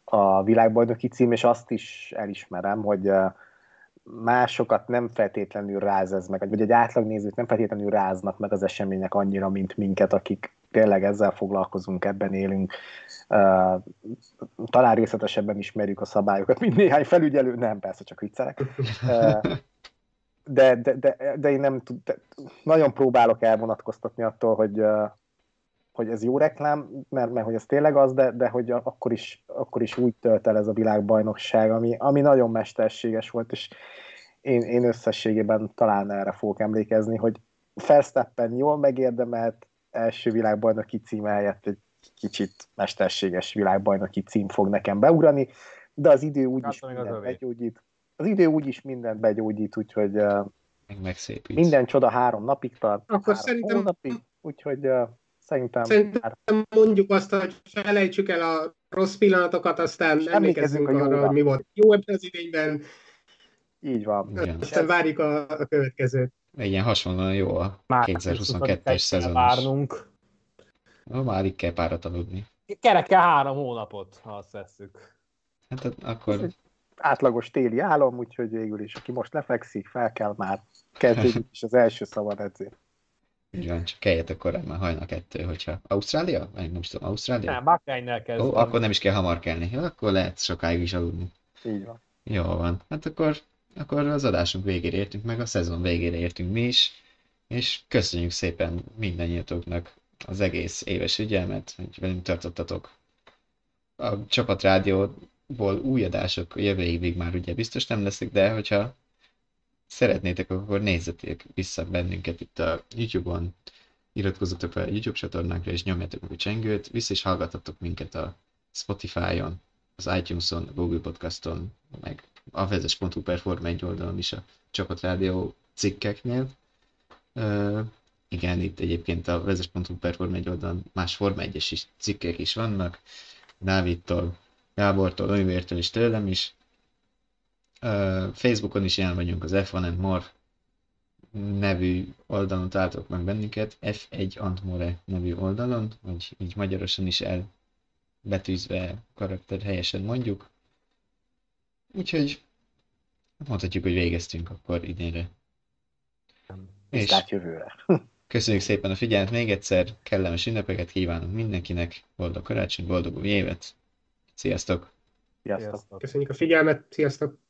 a világbajnoki cím, és azt is elismerem, hogy másokat nem feltétlenül ráz ez meg, vagy egy átlagnézőt nem feltétlenül ráznak meg az események annyira, mint minket, akik tényleg ezzel foglalkozunk, ebben élünk. Uh, talán részletesebben ismerjük a szabályokat, mint néhány felügyelő, nem, persze csak viccelek. Uh, de, de, de, de én nem tud, de nagyon próbálok elvonatkoztatni attól, hogy, uh, hogy ez jó reklám, mert, mert hogy ez tényleg az, de, de hogy akkor is, akkor is úgy tölt el ez a világbajnokság, ami, ami nagyon mesterséges volt, és én, én összességében talán erre fogok emlékezni, hogy Verstappen jól megérdemelt első világbajnoki címe helyett egy kicsit mesterséges világbajnoki cím fog nekem beugrani, de az idő úgyis mindent begyógyít. Az idő úgyis mindent begyógyít, úgyhogy uh, minden csoda három napig tart, akkor három szerintem, hónapig, úgyhogy uh, szerintem... Szerintem mondjuk azt, hogy felejtsük el a rossz pillanatokat, aztán emlékezzünk arra, mi volt jó ebben az idényben. Így van. Igen. Aztán várjuk a, a következőt. Igen, hasonlóan jó a kétezer-huszonkettes szezon várnunk. is. Már alig kell párat aludni. Kerekkel három hónapot, ha azt vesszük. Hát akkor... Átlagos téli álom, úgyhogy végül is, aki most lefekszik, fel kell már kezdődik is az első szabad edzés. Így van, csak keljetek korábban hajnal kettő, hogyha Ausztrália? Nem, nem tudom, Ausztrália? Nem, Bahreinnel kezdve. Ó, akkor nem is kell hamar kelni. Jó, akkor lehet sokáig is aludni. Így van. Jó van. Hát akkor, akkor az adásunk végére értünk, meg a szezon végére értünk mi is, és köszönjük szépen mindannyiatoknak az egész éves figyelmet, hogy velünk tartottatok. A csapatrádióból új adások jövő évig már ugye biztos nem lesznek, de hogyha szeretnétek, akkor nézzetek vissza bennünket itt a YouTube-on, iratkozzatok fel a YouTube csatornánkra, és nyomjátok meg a csengőt, vissza is hallgathatok minket a Spotify-on, az iTunes-on, a Google Podcaston, meg a vezes pont hu per Forma egy oldalon is a csapatrádió cikkeknél. Uh, igen, itt egyébként a vezes pont hu per Forma egy oldalon más Forma egyes is cikkek is vannak, Dávidtól, Gábortól, Olivértől és tőlem is. Uh, Facebookon is jelen vagyunk, az F one and More nevű oldalon találtok meg bennünket, F one and More nevű oldalon, vagy így magyarosan is elbetűzve karakter helyesen mondjuk. Úgyhogy mondhatjuk, hogy végeztünk akkor idénre. És jövőre. Köszönjük szépen a figyelmet még egyszer, kellemes ünnepeket kívánunk mindenkinek, boldog karácsony, boldog új évet. Sziasztok! Sziasztok! Köszönjük a figyelmet, sziasztok!